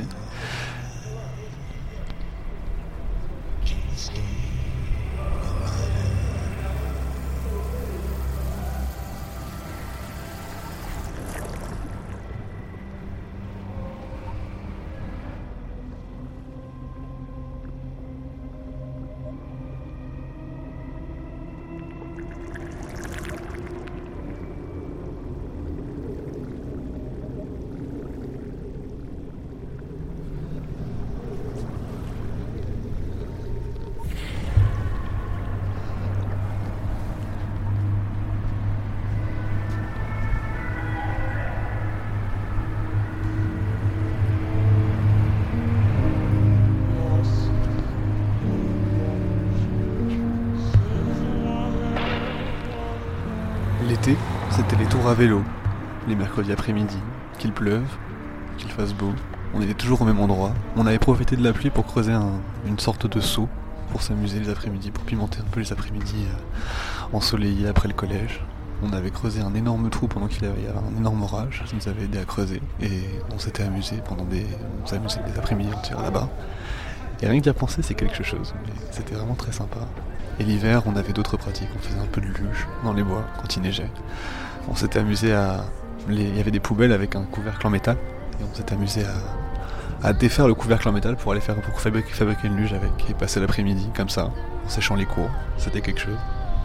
S6: L'été, c'était les tours à vélo, les mercredis après-midi, qu'il pleuve, qu'il fasse beau. On était toujours au même endroit. On avait profité de la pluie pour creuser un, une sorte de seau pour s'amuser les après-midi, pour pimenter un peu les après-midi euh, ensoleillés après le collège. On avait creusé un énorme trou pendant qu'il y avait un énorme orage, ça nous avait aidé à creuser, et on s'était amusé pendant des, on s'amusait des après-midi entières là-bas. Et rien qu'à penser, c'est quelque chose, mais c'était vraiment très sympa. Et l'hiver, on avait d'autres pratiques, on faisait un peu de luge dans les bois quand il neigeait. On s'était amusé à... Les... Il y avait des poubelles avec un couvercle en métal, et on s'était amusé à, à défaire le couvercle en métal pour aller faire pour fabriquer, fabriquer une luge avec, et passer l'après-midi comme ça, en séchant les cours. C'était quelque chose.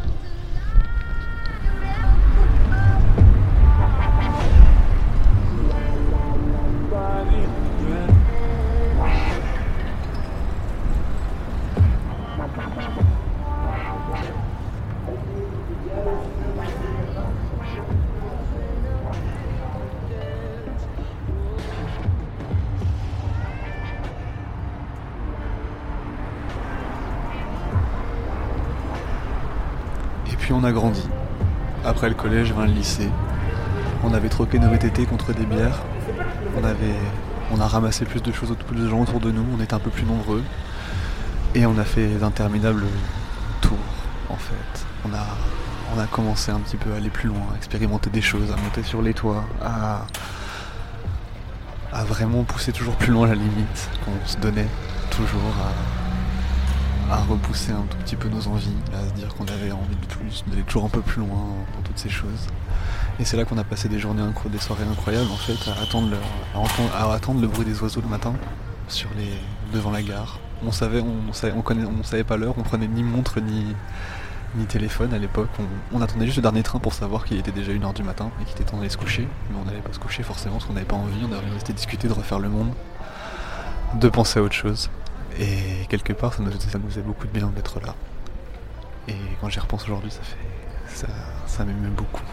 S6: Puis on a grandi. Après le collège vint le lycée. On avait troqué nos V T T contre des bières. On avait, on a ramassé plus de choses, plus de gens autour de nous. On était un peu plus nombreux. Et on a fait d'interminables tours, en fait. On a, on a commencé un petit peu à aller plus loin, à expérimenter des choses, à monter sur les toits, à, à vraiment pousser toujours plus loin la limite qu'on se donnait toujours à... à repousser un tout petit peu nos envies, à se dire qu'on avait envie de plus, d'aller toujours un peu plus loin dans toutes ces choses. Et c'est là qu'on a passé des journées, des soirées incroyables en fait, à attendre le, à entendre, à attendre le bruit des oiseaux le matin, sur les, devant la gare. On savait, on, on savait, on connaît, on savait pas l'heure, on prenait ni montre ni, ni téléphone à l'époque. On, on attendait juste le dernier train pour savoir qu'il était déjà une heure du matin et qu'il était temps d'aller se coucher. Mais on n'allait pas se coucher forcément parce qu'on n'avait pas envie, on avait resté discuter de refaire le monde, de penser à autre chose. Et quelque part, ça nous, ça nous faisait beaucoup de bien d'être là. Et quand j'y repense aujourd'hui, ça fait, Ça, ça m'émeut beaucoup.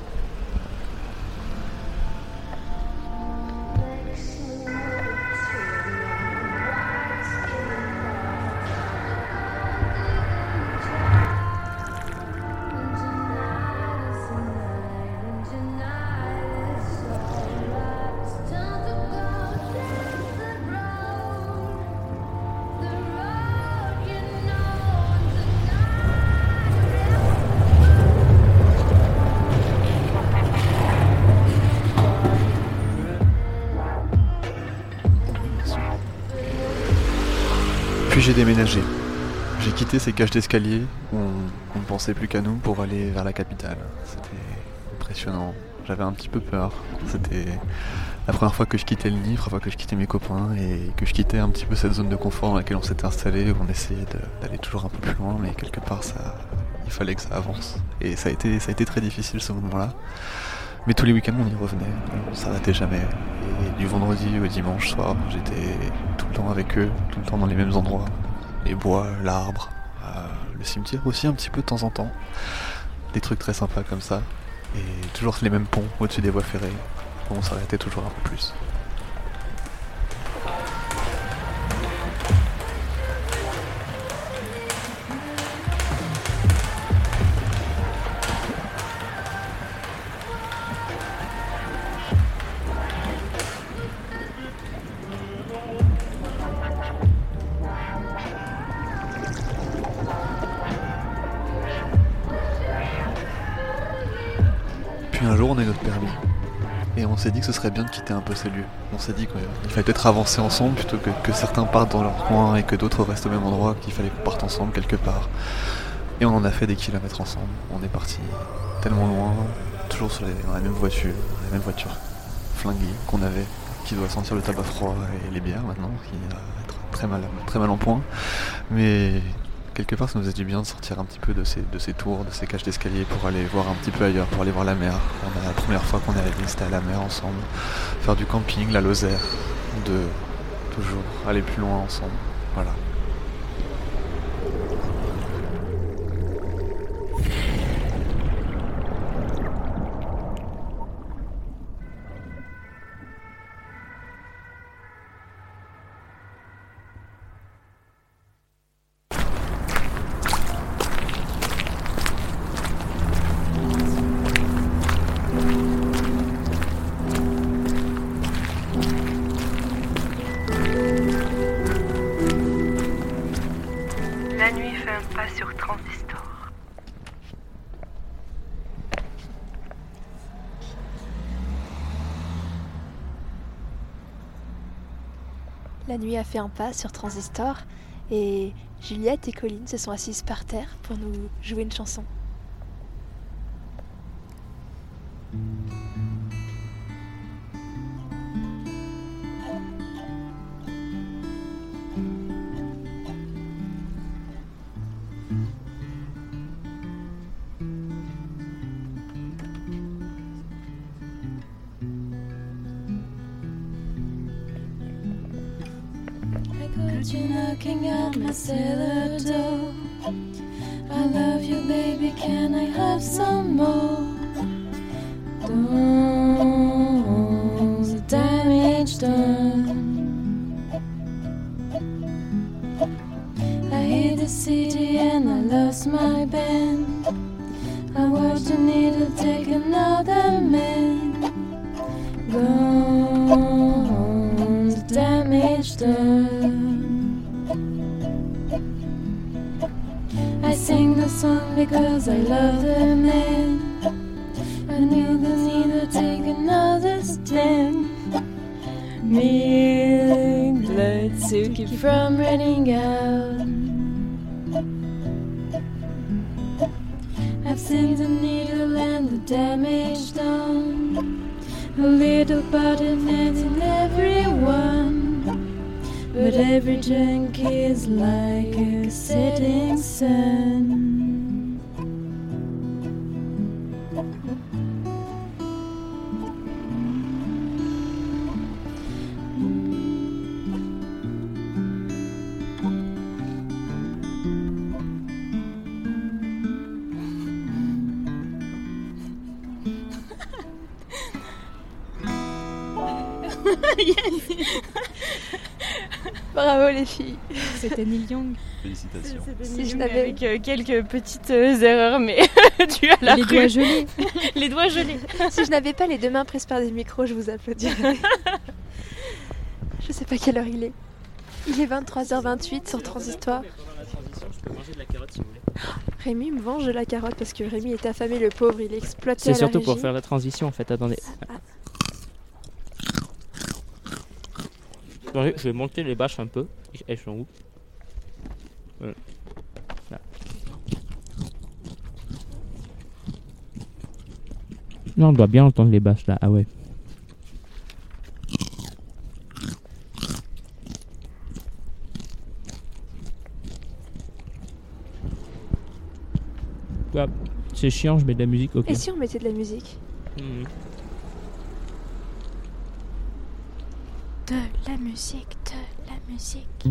S6: Puis j'ai déménagé. J'ai quitté ces cages d'escalier où on, on ne pensait plus qu'à nous pour aller vers la capitale. C'était impressionnant. J'avais un petit peu peur. C'était la première fois que je quittais le nid, la première fois que je quittais mes copains et que je quittais un petit peu cette zone de confort dans laquelle on s'était installé, où on essayait de, d'aller toujours un peu plus loin, mais quelque part ça, il fallait que ça avance. Et ça a été, ça a été très difficile ce moment-là. Mais tous les week-ends on y revenait, on s'arrêtait jamais. Et du vendredi au dimanche soir, j'étais tout le temps avec eux, tout le temps dans les mêmes endroits. Les bois, l'arbre, euh, le cimetière aussi un petit peu de temps en temps. Des trucs très sympas comme ça. Et toujours les mêmes ponts au-dessus des voies ferrées, où on s'arrêtait toujours un peu plus. Puis un jour on a eu notre permis et on s'est dit que ce serait bien de quitter un peu ces lieux. On s'est dit qu'il fallait peut-être avancer ensemble plutôt que, que certains partent dans leur coin et que d'autres restent au même endroit, qu'il fallait qu'on parte ensemble quelque part. Et on en a fait des kilomètres ensemble. On est parti tellement loin, toujours sur les, dans la même voiture, la même voiture flinguée qu'on avait, qui doit sentir le tabac froid et les bières maintenant, qui va être très mal, très mal en point. Mais quelque part ça nous a dit bien de sortir un petit peu de ces, de ces tours, de ces cages d'escalier pour aller voir un petit peu ailleurs, pour aller voir la mer. On a, la première fois qu'on est allé, c'était à la mer ensemble, faire du camping, la Lozère, de toujours aller plus loin ensemble. Voilà.
S9: La nuit fait un pas sur Transistor.
S3: La nuit a fait un pas sur Transistor et Juliette et Colline se sont assises par terre pour nous jouer une chanson.
S10: You knocking at my cellar door. I love you, baby. Can I have some more? Don't the damage done. I hit the city and I lost my band. I watched the needle take another man. Gone, the damage done. I sing the song because I love the man. I knew the need to take another stand. Milk blood to keep from running out. I've seen the needle and the damage done. A little bottleneck in everyone. But every junkie is like a setting sun.
S3: Bravo les filles.
S4: C'était Neil Young.
S7: Félicitations.
S3: Si je n'avais
S5: avec euh, quelques petites euh, erreurs, mais dû à la
S4: Les
S5: rue.
S4: doigts gelés.
S5: Les doigts gelés.
S3: Si je n'avais pas les deux mains prises par des micros, je vous applaudirais. Je sais pas quelle heure il est. Il est vingt-trois heures vingt-huit sur Transistoire.
S8: Je peux manger de la carotte si vous voulez.
S3: Rémi me venge de la carotte parce que Rémi est affamé, le pauvre, il est exploité à
S8: C'est
S3: la
S8: surtout pour
S3: régie.
S8: faire la transition en fait, attendez. Attendez, je vais monter les bâches un peu. Elles sont où? Voilà. Là. Là, on doit bien entendre les bâches là, ah ouais. Ah, c'est chiant, je mets de la musique, ok.
S3: Et si on mettait de la musique?
S8: Mmh.
S10: De la musique, de la musique.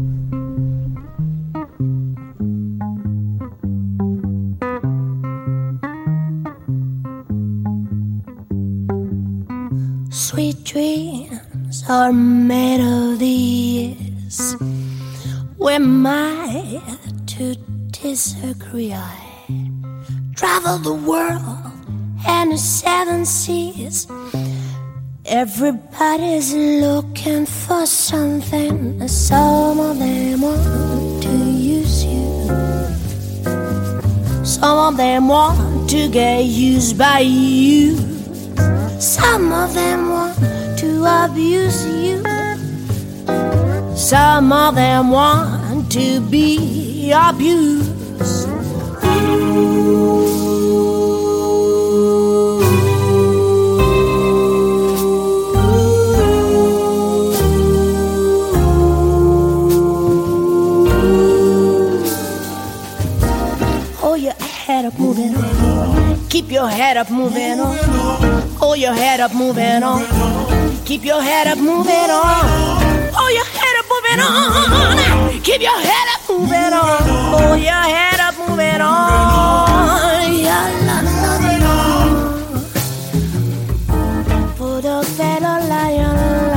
S12: Sweet dreams are made of these. We might to disagree. I travel the world and the seven seas. Everybody's looking for something. Some of them want to use you. Some of them want to get used by you. Some of them want to abuse you. Some of them want to be abused. Hold your head up, moving on. Keep your head up, moving on. Hold your head up, moving on. Keep your head up, moving on. Hold your head up, moving on. Keep your head up, moving on. Hold your head up, moving on. Yeah, la, la, la. Put a fellow lion,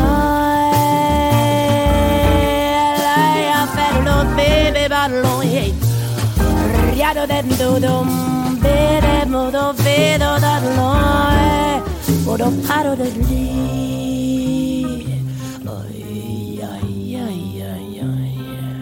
S12: lion, fellow baby, battle, yeah. Riado dentro dum, bere modo vedo da noi. Odo paro de lì. Ay, ay, ay, ay, ay.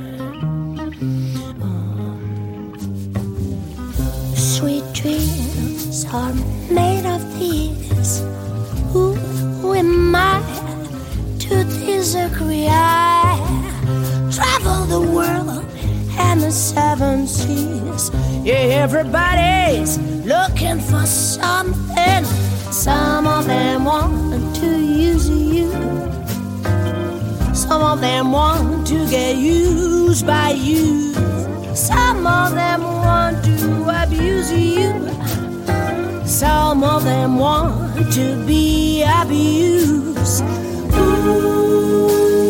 S12: Sweet dreams are made of these. Who am I to disagree? I travel the world and the seven seas. Yeah, everybody's looking for something. Some of them want to use you. Some of them want to get used by you. Some of them want to abuse you. Some of them want to be abused. Ooh.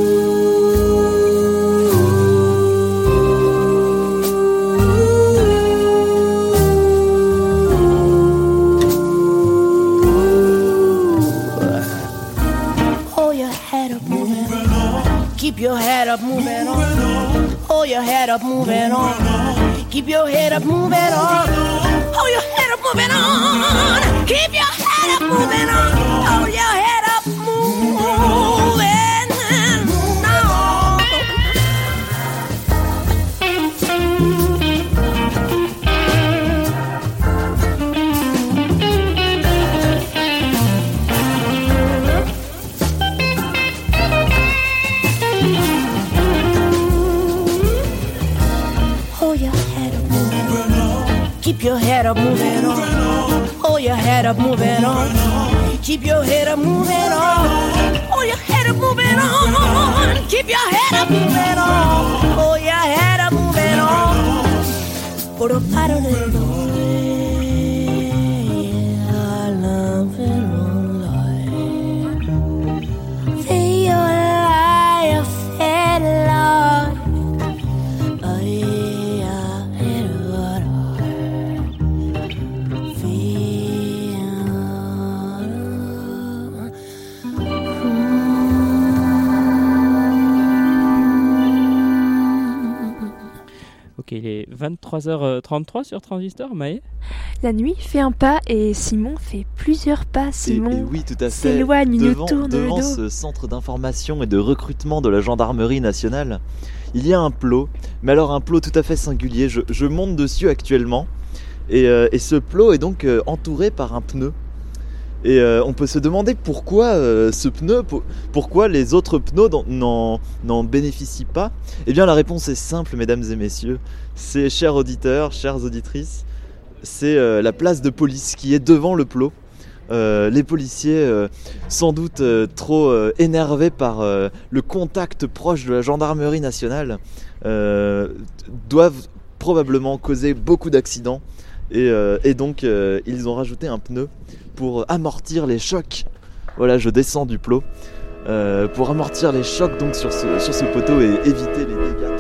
S12: Keep your head up, moving on. Hold your head up, moving on. Keep your head up, moving on. Hold your head up, moving on. Keep your head up, moving on. Hold your head up, moving on. Keep your head up, moving on. Hold your head up, moving on. Keep your head up, moving on. Hold your head up, moving on. Keep your head up, moving on. Hold your head up, moving on. Por un paro de dolor, I love it all. Feel like a fed love.
S8: Ok, il est vingt-trois heures trente-trois sur Transistor, Maë.
S3: La nuit fait un pas et Simon fait plusieurs pas. Simon
S7: et, et oui, tout à fait.
S3: s'éloigne, il nous
S7: devant,
S3: tourne
S7: devant
S3: le dos.
S7: ce centre d'information et de recrutement de la gendarmerie nationale, il y a un plot, mais alors un plot tout à fait singulier. Je, je monte dessus actuellement, et, euh, et ce plot est donc euh, entouré par un pneu. Et euh, on peut se demander pourquoi euh, ce pneu, pour, pourquoi les autres pneus n'en, n'en bénéficient pas. Eh bien la réponse est simple, mesdames et messieurs. C'est, chers auditeurs, chères auditrices, c'est euh, la place de police qui est devant le plot. Euh, les policiers, euh, sans doute euh, trop euh, énervés par euh, le contact proche de la gendarmerie nationale, euh, doivent probablement causer beaucoup d'accidents. Et, euh, et donc euh, ils ont rajouté un pneu pour amortir les chocs. Voilà, je descends du plot euh, pour amortir les chocs donc sur ce, sur ce poteau et éviter les dégâts.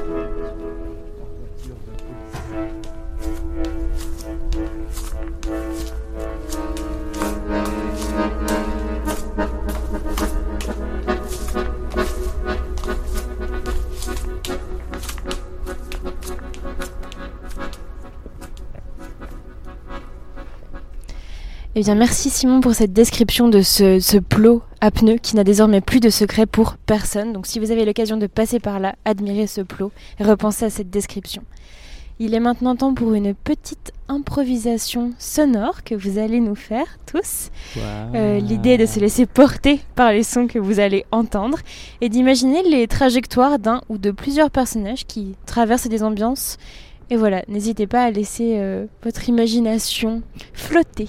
S5: Eh bien, merci Simon pour cette description de ce, ce plot à pneus qui n'a désormais plus de secret pour personne. Donc si vous avez l'occasion de passer par là, admirez ce plot et repensez à cette description. Il est maintenant temps pour une petite improvisation sonore que vous allez nous faire tous. Wow. Euh, l'idée est de se laisser porter par les sons que vous allez entendre et d'imaginer les trajectoires d'un ou de plusieurs personnages qui traversent des ambiances. Et voilà, n'hésitez pas à laisser euh, votre imagination flotter.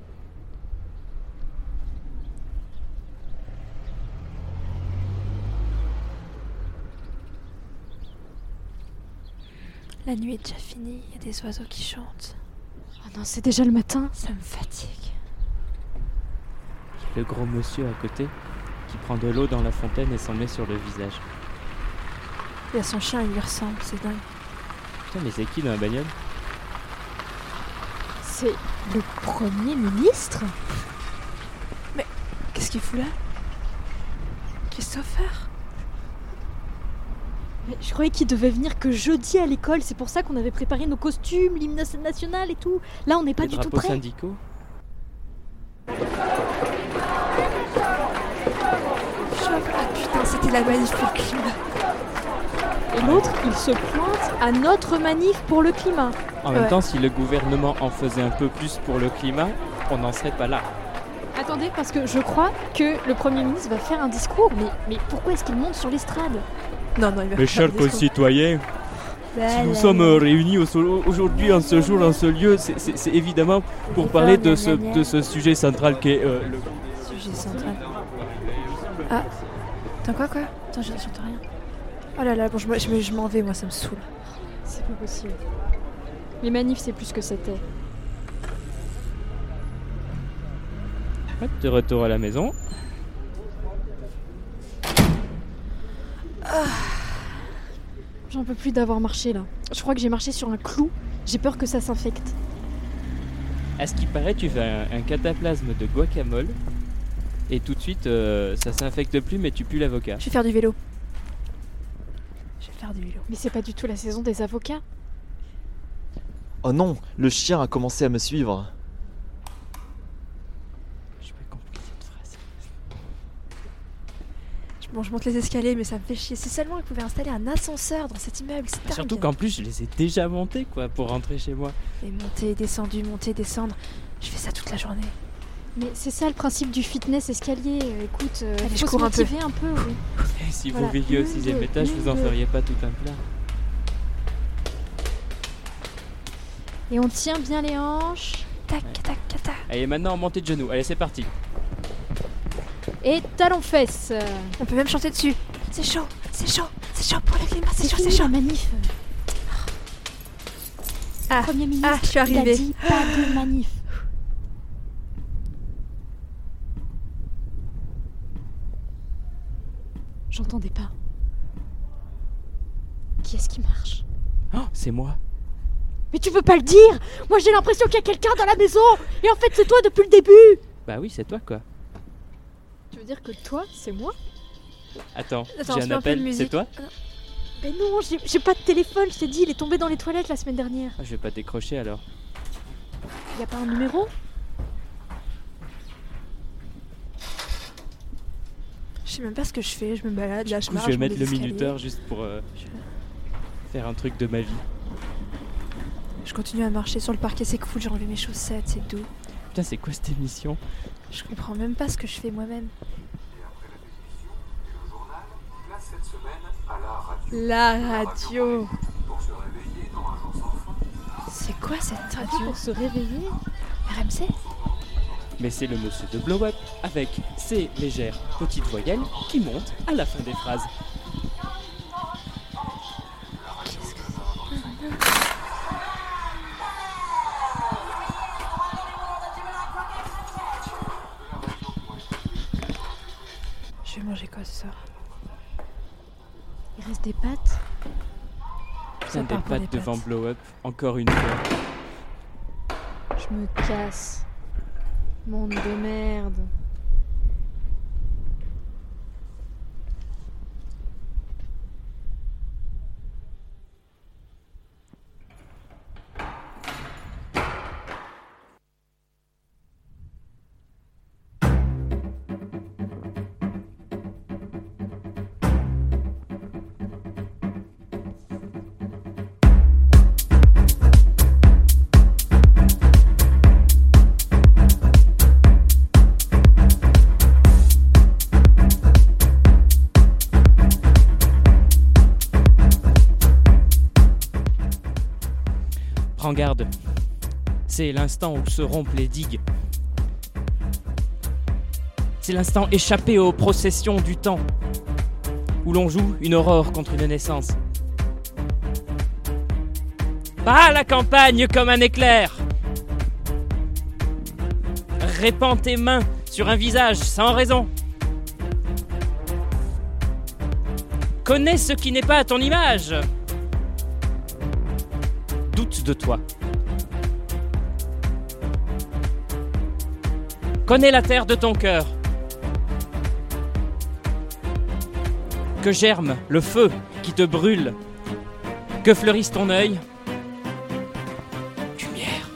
S3: La nuit est déjà finie, il y a des oiseaux qui chantent.
S4: Oh non, c'est déjà le matin.
S3: Ça me fatigue.
S8: Le gros monsieur à côté qui prend de l'eau dans la fontaine et s'en met sur le visage.
S3: Il y a son chien, il lui ressemble, c'est dingue.
S8: Putain, mais c'est qui dans la bagnole?
S4: C'est le Premier ministre?
S3: Mais qu'est-ce qu'il fout là? Christopher?
S4: Mais je croyais qu'il devait venir que jeudi à l'école, c'est pour ça qu'on avait préparé nos costumes, l'hymne national et tout. Là, on n'est pas
S8: Les
S4: du tout
S8: drapeaux
S4: prêts.
S8: syndicaux.
S3: Ah putain, c'était la manif pour le climat.
S4: Et l'autre, il se pointe à notre manif pour le climat.
S8: En même ouais. temps, si le gouvernement en faisait un peu plus pour le climat, on n'en serait pas là.
S4: Attendez, parce que je crois que le Premier ministre va faire un discours. Mais, mais pourquoi est-ce qu'il monte sur l'estrade?
S3: Non, non, il va
S8: Mes chers concitoyens, si nous sommes réunis aujourd'hui en ce jour, en ce lieu, c'est, c'est, c'est évidemment pour parler de ce, de ce sujet central qui est euh, le...
S3: Sujet central. Ah, attends quoi quoi Attends, je n'entends rien. Oh là là, bon, je, je, je m'en vais, moi, ça me saoule.
S4: C'est pas possible. Les manifs, c'est plus ce que c'était.
S8: Hop, de retour à la maison.
S4: Ah. J'en peux plus d'avoir marché là. Je crois que j'ai marché sur un clou. J'ai peur que ça s'infecte.
S8: À ce qui paraît, tu fais un, un cataplasme de guacamole et tout de suite, euh, ça s'infecte plus, mais tu pues l'avocat.
S3: Je vais faire du vélo. Je vais faire du vélo.
S4: Mais c'est pas du tout la saison des avocats.
S7: Oh non, le chien a commencé à me suivre.
S3: Bon, je monte les escaliers, mais ça me fait chier. Si seulement ils pouvaient installer un ascenseur dans cet immeuble, c'est dingue.
S8: Surtout qu'en plus, je les ai déjà montés, quoi, pour rentrer chez moi.
S3: Et monter, descendu, monter, descendre. Je fais ça toute la journée.
S4: Mais c'est ça le principe du fitness escalier. Euh, écoute, euh,
S3: Allez,
S4: faut
S3: je
S4: se
S3: cours un peu.
S4: motiver un peu. Oui.
S8: Et si
S4: Voilà.
S8: vous viviez au sixième étage, vous en feriez pas tout un plat.
S4: Et on tient bien les hanches.
S3: Tac, ouais. tac, tac.
S8: Allez, maintenant, montez de genoux. Allez, c'est parti.
S4: Et talons-fesses.
S3: On peut même chanter dessus. C'est chaud, c'est chaud, c'est chaud pour le climat, c'est, c'est chaud, c'est chaud.
S4: La manif.
S3: Ah,
S4: Premier ministre,
S3: ah, je suis arrivée.
S4: il a dit pas de manif. J'entendais pas. Qui est-ce qui marche?
S8: Oh, c'est moi.
S4: Mais tu peux pas le dire! Moi j'ai l'impression qu'il y a quelqu'un dans la maison! Et en fait c'est toi depuis le début!
S8: Bah oui, c'est toi quoi.
S4: Tu veux dire que toi, c'est moi?
S8: Attends,
S3: Attends,
S8: j'ai un appel, c'est toi?
S4: Mais non, j'ai, j'ai pas de téléphone, je t'ai dit, il est tombé dans les toilettes la semaine dernière.
S8: Ah, je vais pas décrocher alors.
S4: Y a pas un numéro ? Je sais même pas ce que je fais, je me balade, là je
S8: Du coup,
S4: marche.
S8: je vais
S4: je monte
S8: mettre
S4: des
S8: le
S4: escaliers.
S8: minuteur juste pour euh, faire un truc de ma vie.
S4: Je continue à marcher sur le parquet, c'est cool, j'ai enlevé mes chaussettes, c'est doux.
S8: Putain, c'est quoi cette émission ?
S4: Je comprends même pas ce que je fais moi-même. La radio. C'est quoi cette radio pour se réveiller ? R M C ?
S8: Mais c'est le monsieur de Blow Up avec ses légères petites voyelles qui montent à la fin des phrases.
S4: Je vais manger quoi ce soir ? Il reste des pâtes ?
S8: Putain, des
S4: part pour
S8: pattes
S4: des
S8: devant
S4: pâtes.
S8: Blow Up, encore une fois.
S4: Je me casse. Monde de merde.
S8: Prends garde, c'est l'instant où se rompent les digues. C'est l'instant échappé aux processions du temps, où l'on joue une aurore contre une naissance. Pas à la campagne comme un éclair. Répands tes mains sur un visage sans raison. Connais ce qui n'est pas à ton image. Doute de toi. Connais la terre de ton cœur. Que germe le feu qui te brûle. Que fleurisse ton œil. Lumière.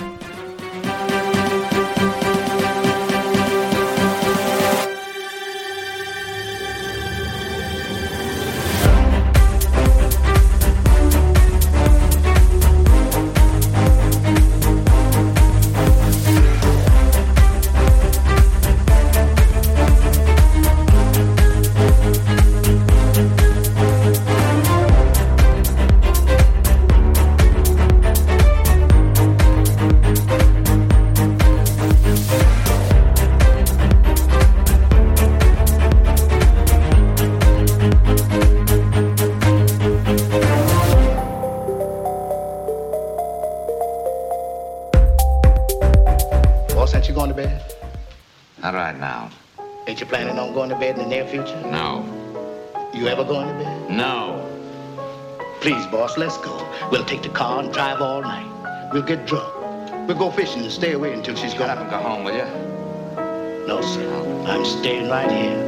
S14: Boss, ain't you going to bed?
S21: Not right now.
S14: Ain't you planning on going to bed in the near future?
S21: No.
S14: You ever going to bed?
S21: No.
S14: Please, boss, let's go. We'll take the car and drive all night. We'll get drunk. We'll go fishing and stay away until she's gone.
S21: Shut up and go home, will you?
S14: No, sir. I'm staying right here.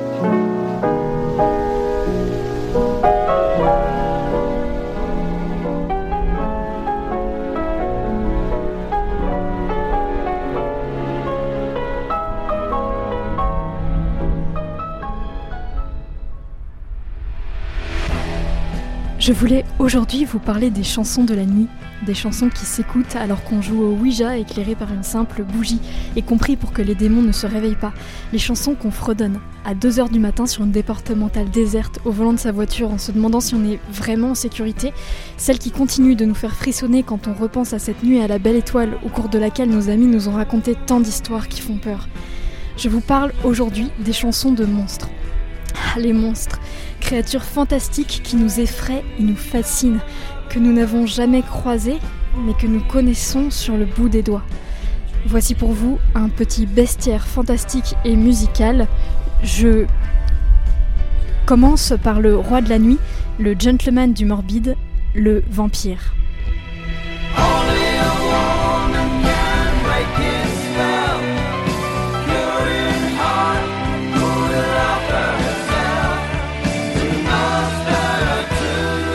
S4: Je voulais aujourd'hui vous parler des chansons de la nuit, des chansons qui s'écoutent alors qu'on joue au Ouija éclairé par une simple bougie, et compris pour que les démons ne se réveillent pas. Les chansons qu'on fredonne à deux heures du matin sur une départementale déserte au volant de sa voiture en se demandant si on est vraiment en sécurité, celles qui continuent de nous faire frissonner quand on repense à cette nuit à la belle étoile au cours de laquelle nos amis nous ont raconté tant d'histoires qui font peur. Je vous parle aujourd'hui des chansons de monstres. Ah, les monstres, créatures fantastiques qui nous effraient et nous fascinent, que nous n'avons jamais croisées, mais que nous connaissons sur le bout des doigts. Voici pour vous un petit bestiaire fantastique et musical. Je commence par le roi de la nuit, le gentleman du morbide, le vampire.
S2: To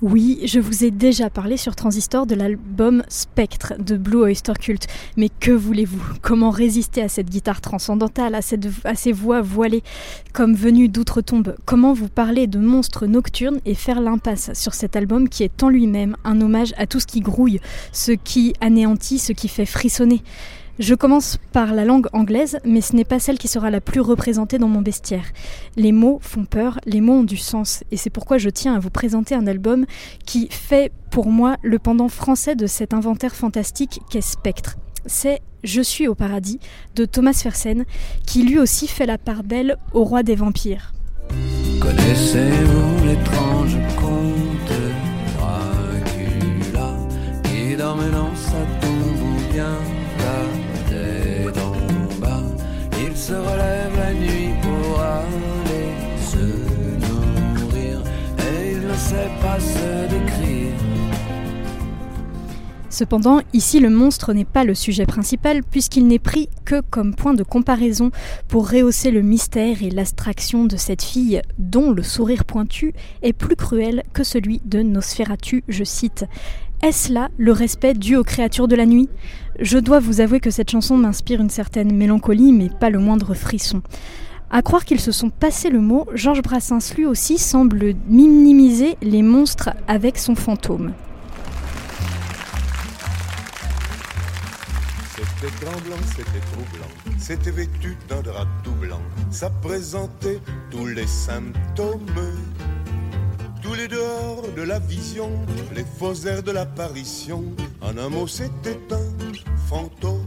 S4: Oui, je vous ai déjà parlé sur Transistor de l'album Spectre de Blue Oyster Cult. Mais que voulez-vous ? Comment résister à cette guitare transcendantale, à, cette, à ces voix voilées comme venues d'outre-tombe ? Comment vous parler de monstres nocturnes et faire l'impasse sur cet album qui est en lui-même un hommage à tout ce qui grouille, ce qui anéantit, ce qui fait frissonner ? Je commence par la langue anglaise, mais ce n'est pas celle qui sera la plus représentée dans mon bestiaire. Les mots font peur, les mots ont du sens, et c'est pourquoi je tiens à vous présenter un album qui fait, pour moi, le pendant français de cet inventaire fantastique qu'est Spectre. C'est « Je suis au paradis » de Thomas Fersen, qui lui aussi fait la part belle au roi des vampires.
S16: Connaissez-vous l'étrange conte Dracula qui dormait dans sa tombe ou bien la tête en bas? Il se relève la nuit pour aller se nourrir et il ne sait pas se décrire.
S4: Cependant, ici le monstre n'est pas le sujet principal puisqu'il n'est pris que comme point de comparaison pour rehausser le mystère et l'abstraction de cette fille dont le sourire pointu est plus cruel que celui de Nosferatu, je cite. Est-ce là le respect dû aux créatures de la nuit ? Je dois vous avouer que cette chanson m'inspire une certaine mélancolie mais pas le moindre frisson. À croire qu'ils se sont passés le mot, Georges Brassens lui aussi semble minimiser les monstres avec son fantôme.
S17: C'était tremblant, c'était troublant, c'était vêtu d'un drap tout blanc, ça présentait tous les symptômes, tous les dehors de la vision, les faux airs de l'apparition, en un mot c'était un fantôme,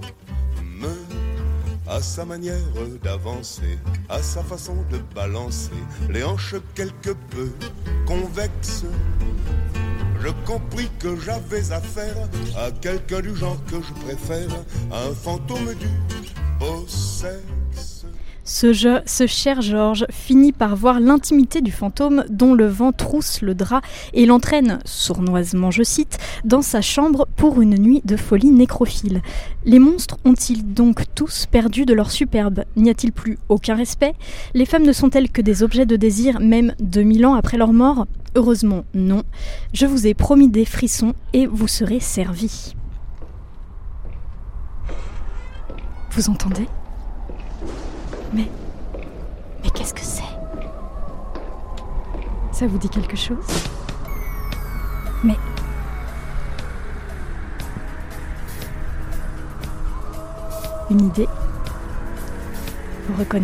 S17: à sa manière d'avancer, à sa façon de balancer, les hanches quelque peu convexes. Je compris que j'avais affaire à quelqu'un du genre que je préfère, à un fantôme du beau sexe.
S4: Ce, jeu, ce cher Georges finit par voir l'intimité du fantôme dont le vent trousse le drap et l'entraîne, sournoisement je cite, dans sa chambre pour une nuit de folie nécrophile. Les monstres ont-ils donc tous perdu de leur superbe ? N'y a-t-il plus aucun respect ? Les femmes ne sont-elles que des objets de désir, même deux mille ans après leur mort ? Heureusement, non. Je vous ai promis des frissons et vous serez servis. Vous entendez ? Mais... Mais qu'est-ce que c'est ? Ça vous dit quelque chose ? Mais... Une idée ? Vous reconnaissez ?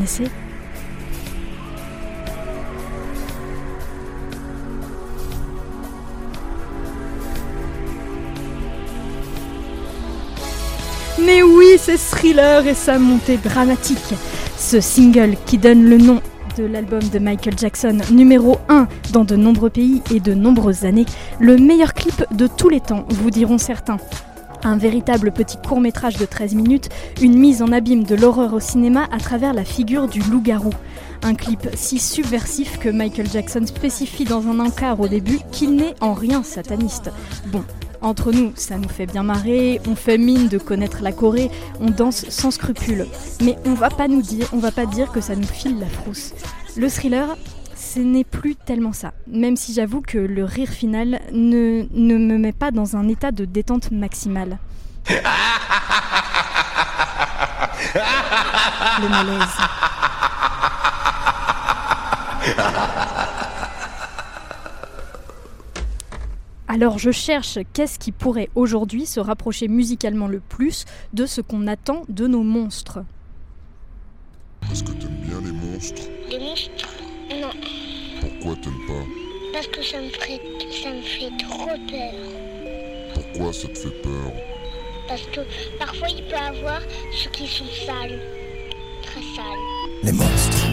S4: Mais oui, c'est Thriller et sa montée dramatique. Ce single qui donne le nom de l'album de Michael Jackson, numéro un dans de nombreux pays et de nombreuses années, le meilleur clip de tous les temps, vous diront certains. Un véritable petit court-métrage de treize minutes, une mise en abîme de l'horreur au cinéma à travers la figure du loup-garou. Un clip si subversif que Michael Jackson spécifie dans un encart au début qu'il n'est en rien sataniste. Bon, entre nous, ça nous fait bien marrer, on fait mine de connaître la Corée, on danse sans scrupules. Mais on va pas nous dire, on va pas dire que ça nous file la frousse. Le Thriller, ce n'est plus tellement ça, même si j'avoue que le rire final ne, ne me met pas dans un état de détente maximale. Le malaise. Alors je cherche qu'est-ce qui pourrait aujourd'hui se rapprocher musicalement le plus de ce qu'on attend de nos monstres.
S18: Est-ce que t'aimes bien les monstres ?
S19: Les monstres ? Non.
S18: Pourquoi t'aimes pas ?
S19: Parce que ça me fait, ça me fait trop peur.
S18: Pourquoi ça te fait peur ?
S19: Parce que parfois il peut y avoir ceux qui sont sales. Très sales.
S18: Les monstres.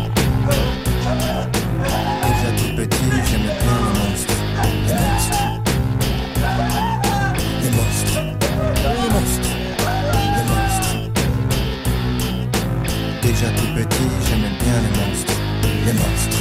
S25: Déjà tout petit, j'aimais bien les monstres. Les monstres. Les monstres. Les monstres. Les monstres. Déjà tout petit, j'aimais bien les monstres. Les monstres.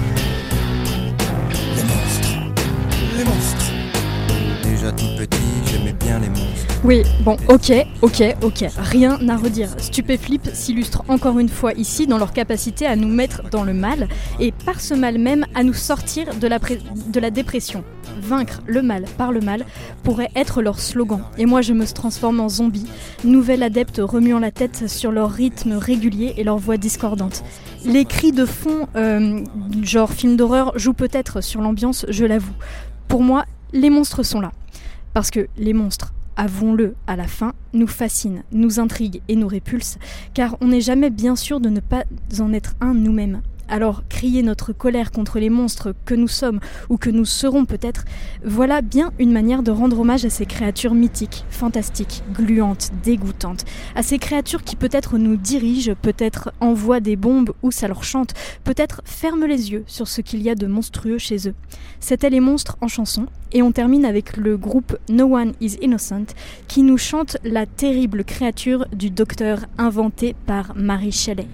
S25: Les monstres. Les monstres. Déjà tout petit, j'aimais bien les monstres.
S4: Oui, bon, ok, ok, ok, rien à redire. Stupéflip s'illustre encore une fois ici dans leur capacité à nous mettre dans le mal et par ce mal même à nous sortir de la, pré- de la dépression. vaincre le mal par le mal pourrait être leur slogan. Et moi je me transforme en zombie, nouvel adepte remuant la tête sur leur rythme régulier et leur voix discordante. Les cris de fond, euh, genre film d'horreur, jouent peut-être sur l'ambiance, je l'avoue. Pour moi, les monstres sont là. Parce que les monstres, avouons-le, à la fin, nous fascinent, nous intriguent et nous répulsent, car on n'est jamais bien sûr de ne pas en être un nous-mêmes. Alors, crier notre colère contre les monstres que nous sommes ou que nous serons peut-être, voilà bien une manière de rendre hommage à ces créatures mythiques, fantastiques, gluantes, dégoûtantes, à ces créatures qui peut-être nous dirigent, peut-être envoient des bombes ou ça leur chante, peut-être ferment les yeux sur ce qu'il y a de monstrueux chez eux. C'étaient les monstres en chanson, et on termine avec le groupe No One Is Innocent qui nous chante la terrible créature du docteur inventée par Mary Shelley.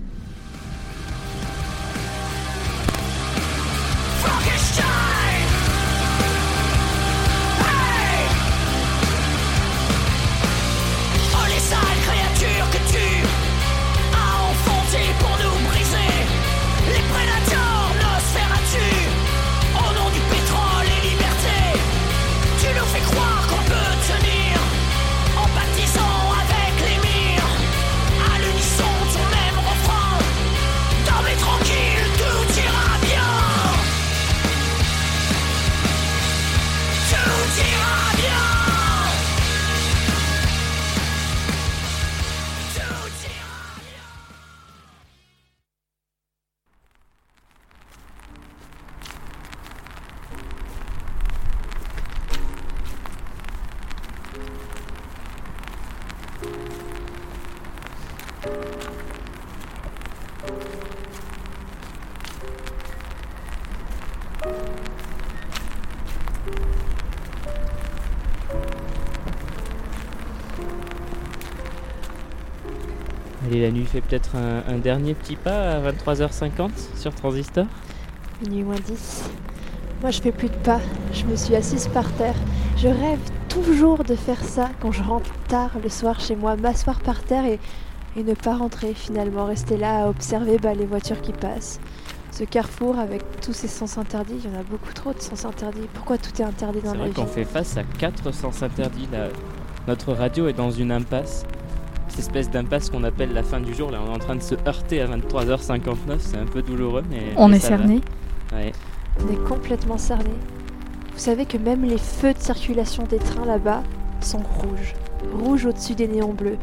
S8: Allez, la nuit fait peut-être un, un dernier petit pas à vingt-trois heures cinquante sur Transistor.
S3: Minuit moins dix. Moi je fais plus de pas, je me suis assise par terre. Je rêve toujours de faire ça quand je rentre tard le soir chez moi, m'asseoir par terre et, et ne pas rentrer finalement, rester là à observer bah, les voitures qui passent. Ce carrefour avec tous ces sens interdits, il y en a beaucoup trop de sens interdits. Pourquoi tout est interdit dans
S8: C'est
S3: la
S8: vrai
S3: vie ?
S8: qu'on fait face à quatre sens interdits là. Notre radio est dans une impasse. Cette espèce d'impasse qu'on appelle la fin du jour. Là, on est en train de se heurter à vingt-trois heures cinquante-neuf. C'est un peu douloureux, mais
S4: on
S8: mais
S4: est
S8: ça
S4: cerné.
S8: Va. Ouais.
S3: On est complètement cerné. Vous savez que même les feux de circulation des trains là-bas sont rouges. Rouges au-dessus des néons bleus.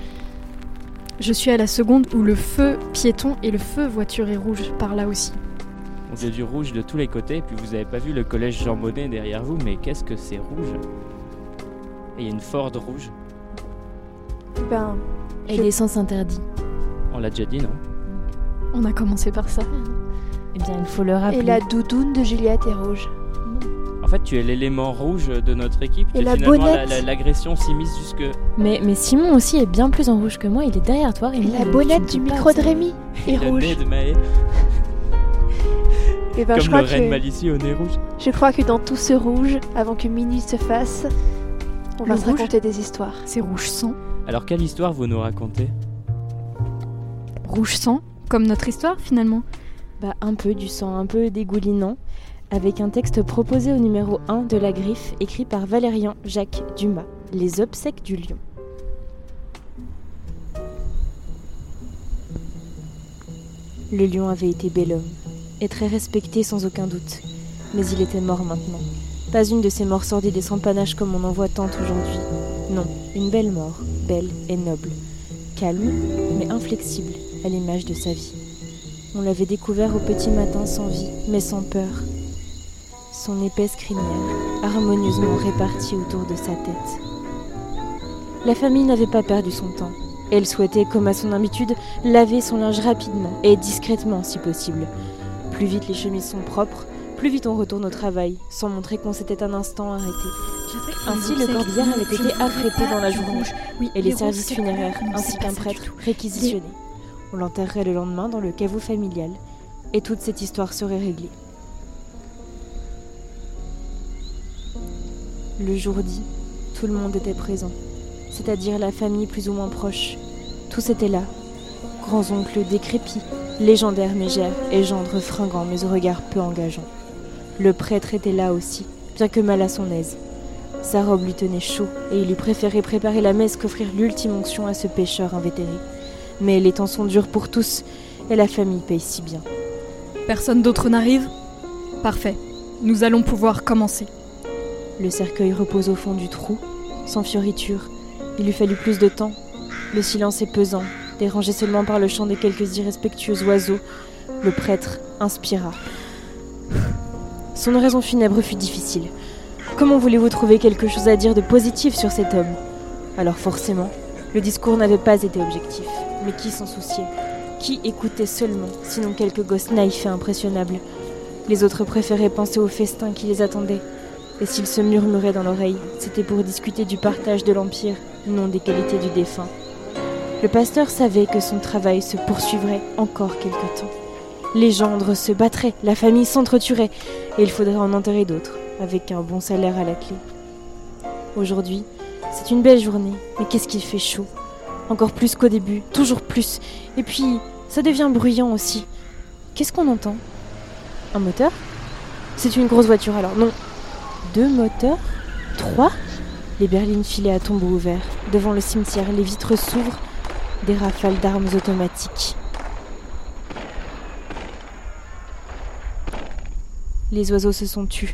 S4: Je suis à la seconde où le feu piéton et le feu voiture est rouge par là aussi.
S8: On a du rouge de tous les côtés. Et puis vous avez pas vu le collège Jean Monnet derrière vous, mais qu'est-ce que c'est rouge ? Et il y a une Ford rouge.
S3: Ben...
S5: Et
S3: je...
S5: les sens interdits.
S8: On l'a déjà dit, non ?
S4: On a commencé par ça.
S5: Eh bien, il faut le rappeler.
S3: Et la doudoune de Juliette est rouge.
S8: En fait, tu es l'élément rouge de notre équipe.
S3: Et la
S8: finalement,
S3: bonnette.
S8: la, la, l'agression s'immisce jusque...
S5: Mais, mais Simon aussi est bien plus en rouge que moi. Il est derrière toi.
S3: Et, et la bonnette du micro de Rémi est
S8: le
S3: rouge.
S8: Nez de Maë.
S3: Et ben,
S8: Comme
S3: je crois
S8: le reine
S3: que...
S8: malicieux au nez rouge.
S3: Je crois que dans tout ce rouge, avant que minuit se fasse, on
S4: le
S3: va se
S4: rouge,
S3: raconter des histoires.
S4: C'est rouge sang.
S8: Alors, quelle histoire vous nous racontez ?
S4: Rouge sang, comme notre histoire finalement.
S5: Bah, un peu du sang, un peu dégoulinant, avec un texte proposé au numéro un de La Griffe, écrit par Valérian Jacques Dumas, Les obsèques du lion. Le lion avait été bel homme, et très respecté sans aucun doute, mais il était mort maintenant. Pas une de ces morts sordides et sans panache comme on en voit tant aujourd'hui. Non, une belle mort, belle et noble, calme, mais inflexible, à l'image de sa vie. On l'avait découvert au petit matin sans vie, mais sans peur. Son épaisse crinière, harmonieusement répartie autour de sa tête. La famille n'avait pas perdu son temps. Elle souhaitait, comme à son habitude, laver son linge rapidement et discrètement si possible. Plus vite les chemises sont propres, plus vite on retourne au travail, sans montrer qu'on s'était un instant arrêté. Ainsi, le corbillard avait été affrété dans la journée, oui, et les services funéraires, ainsi qu'un prêtre réquisitionné. On l'enterrerait le lendemain dans le caveau familial, et toute cette histoire serait réglée. Le jour dit, tout le monde était présent, c'est-à-dire la famille plus ou moins proche. Tous étaient là, grands-oncles décrépits, légendaires mégères et gendres fringants mais au regard peu engageant. Le prêtre était là aussi, bien que mal à son aise. Sa robe lui tenait chaud, et il lui préférait préparer la messe qu'offrir l'ultime onction à ce pêcheur invétéré. Mais les temps sont durs pour tous, et la famille paye si bien.
S4: Personne d'autre n'arrive ? Parfait. Nous allons pouvoir commencer.
S5: Le cercueil repose au fond du trou, sans fioriture. Il lui fallut plus de temps. Le silence est pesant, dérangé seulement par le chant de quelques irrespectueux oiseaux. Le prêtre inspira. Son oraison funèbre fut difficile. Comment voulez-vous trouver quelque chose à dire de positif sur cet homme ? Alors forcément, le discours n'avait pas été objectif. Mais qui s'en souciait ? Qui écoutait seulement, sinon quelques gosses naïfs et impressionnables ? Les autres préféraient penser au festin qui les attendait. Et s'ils se murmuraient dans l'oreille, c'était pour discuter du partage de l'Empire, non des qualités du défunt. Le pasteur savait que son travail se poursuivrait encore quelque temps. Les gendres se battraient, la famille s'entretuerait, et il faudrait en enterrer d'autres, avec un bon salaire à la clé. Aujourd'hui, c'est une belle journée, mais qu'est-ce qu'il fait chaud. Encore plus qu'au début, toujours plus. Et puis, ça devient bruyant aussi. Qu'est-ce qu'on entend ? Un moteur ? C'est une grosse voiture alors, non. Deux moteurs ? Trois ? Les berlines filaient à tombeau ouvert. Devant le cimetière, les vitres s'ouvrent. Des rafales d'armes automatiques. Les oiseaux se sont tus.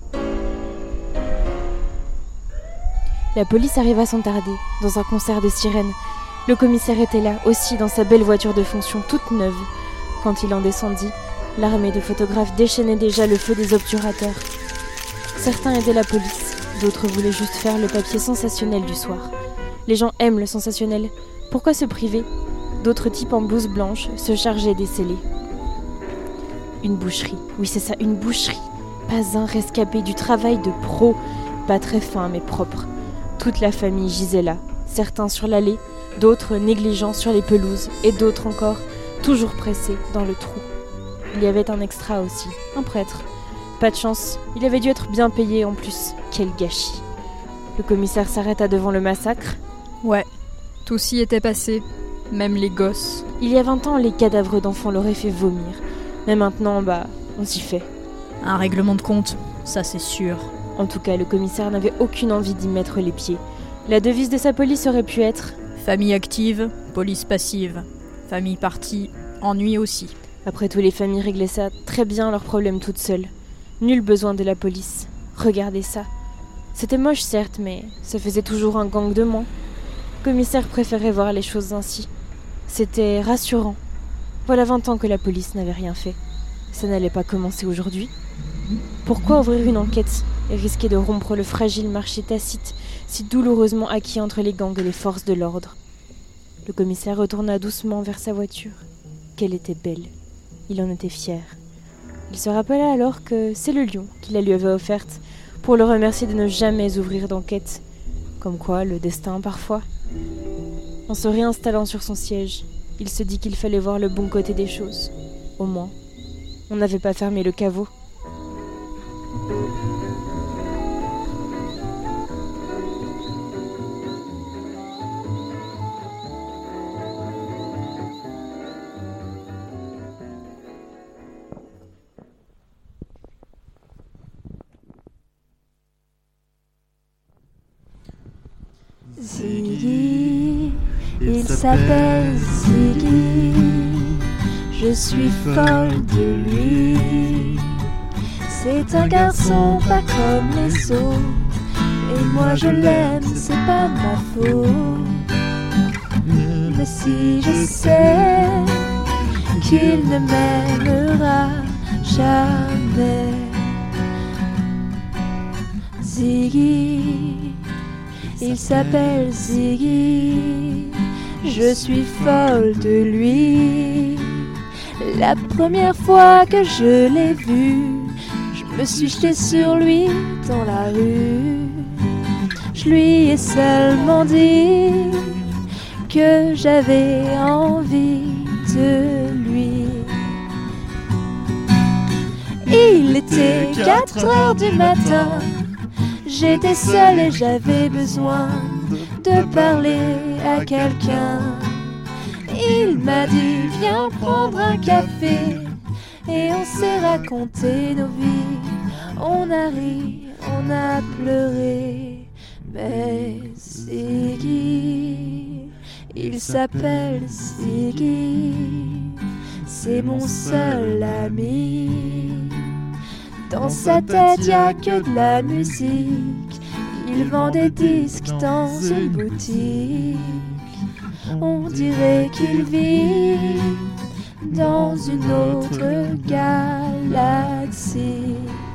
S5: La police arriva sans tarder, dans un concert de sirènes. Le commissaire était là, aussi dans sa belle voiture de fonction toute neuve. Quand il en descendit, l'armée de photographes déchaînait déjà le feu des obturateurs. Certains aidaient la police, d'autres voulaient juste faire le papier sensationnel du soir. Les gens aiment le sensationnel. Pourquoi se priver ? D'autres types en blouse blanche se chargeaient des scellés. Une boucherie, oui c'est ça, une boucherie. Pas un rescapé du travail de pro, pas très fin mais propre. Toute la famille gisait là, certains sur l'allée, d'autres négligents sur les pelouses, et d'autres encore, toujours pressés dans le trou. Il y avait un extra aussi, un prêtre. Pas de chance, il avait dû être bien payé en plus. Quel gâchis. Le commissaire s'arrêta devant le massacre.
S4: Ouais, tout s'y était passé, même les gosses.
S5: Il y a vingt ans, les cadavres d'enfants l'auraient fait vomir. Mais maintenant, bah, on s'y fait.
S4: Un règlement de compte, ça c'est sûr.
S5: En tout cas, le commissaire n'avait aucune envie d'y mettre les pieds. La devise de sa police aurait pu être
S4: « Famille active, police passive. Famille partie, ennui aussi. »
S5: Après tout, les familles réglaient ça très bien leurs problèmes toutes seules. Nul besoin de la police. Regardez ça. C'était moche certes, mais ça faisait toujours un gang de moins. Le commissaire préférait voir les choses ainsi. C'était rassurant. Voilà vingt ans que la police n'avait rien fait. Ça n'allait pas commencer aujourd'hui. Pourquoi ouvrir une enquête et risquer de rompre le fragile marché tacite si douloureusement acquis entre les gangs et les forces de l'ordre ? Le commissaire retourna doucement vers sa voiture. Qu'elle était belle. Il en était fier. Il se rappela alors que c'est le lion qu'il la lui avait offerte pour le remercier de ne jamais ouvrir d'enquête. Comme quoi, le destin parfois. En se réinstallant sur son siège, il se dit qu'il fallait voir le bon côté des choses. Au moins, on n'avait pas fermé le caveau.
S10: Ziggy, il s'appelle Ziggy, je suis folle de lui. C'est un garçon pas comme les autres, et moi je l'aime, c'est pas ma faute. Mais si je sais qu'il ne m'aimera jamais, Ziggy, il s'appelle Ziggy, je suis folle de lui. La première fois que je l'ai vu, je me suis jetée sur lui dans la rue. Je lui ai seulement dit que j'avais envie de lui. Il était quatre heures du matin, j'étais seule et j'avais besoin de parler à quelqu'un. Il m'a dit viens prendre un café, et on s'est raconté nos vies. On a ri, on a pleuré, mais Siggy, il s'appelle Siggy, c'est mon seul ami. Dans sa tête y a que de la musique, il vend des disques dans une boutique. On dirait qu'il vit dans une autre galaxie.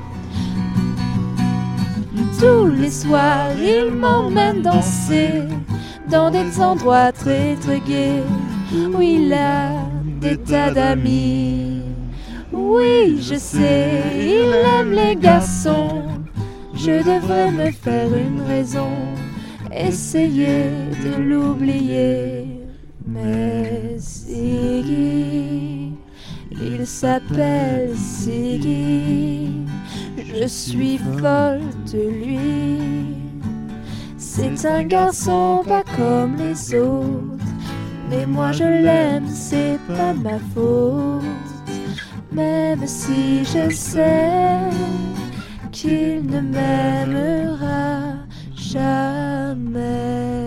S10: Tous les soirs, il m'emmène danser dans des endroits très très gais où il a des tas d'amis. Oui, je sais, il aime les garçons. Je devrais me faire une raison, essayer de l'oublier. Mais Siggy, il s'appelle Siggy, je suis folle de lui. C'est un garçon pas comme les autres, mais moi je l'aime, c'est pas ma faute. Même si je sais qu'il ne m'aimera jamais.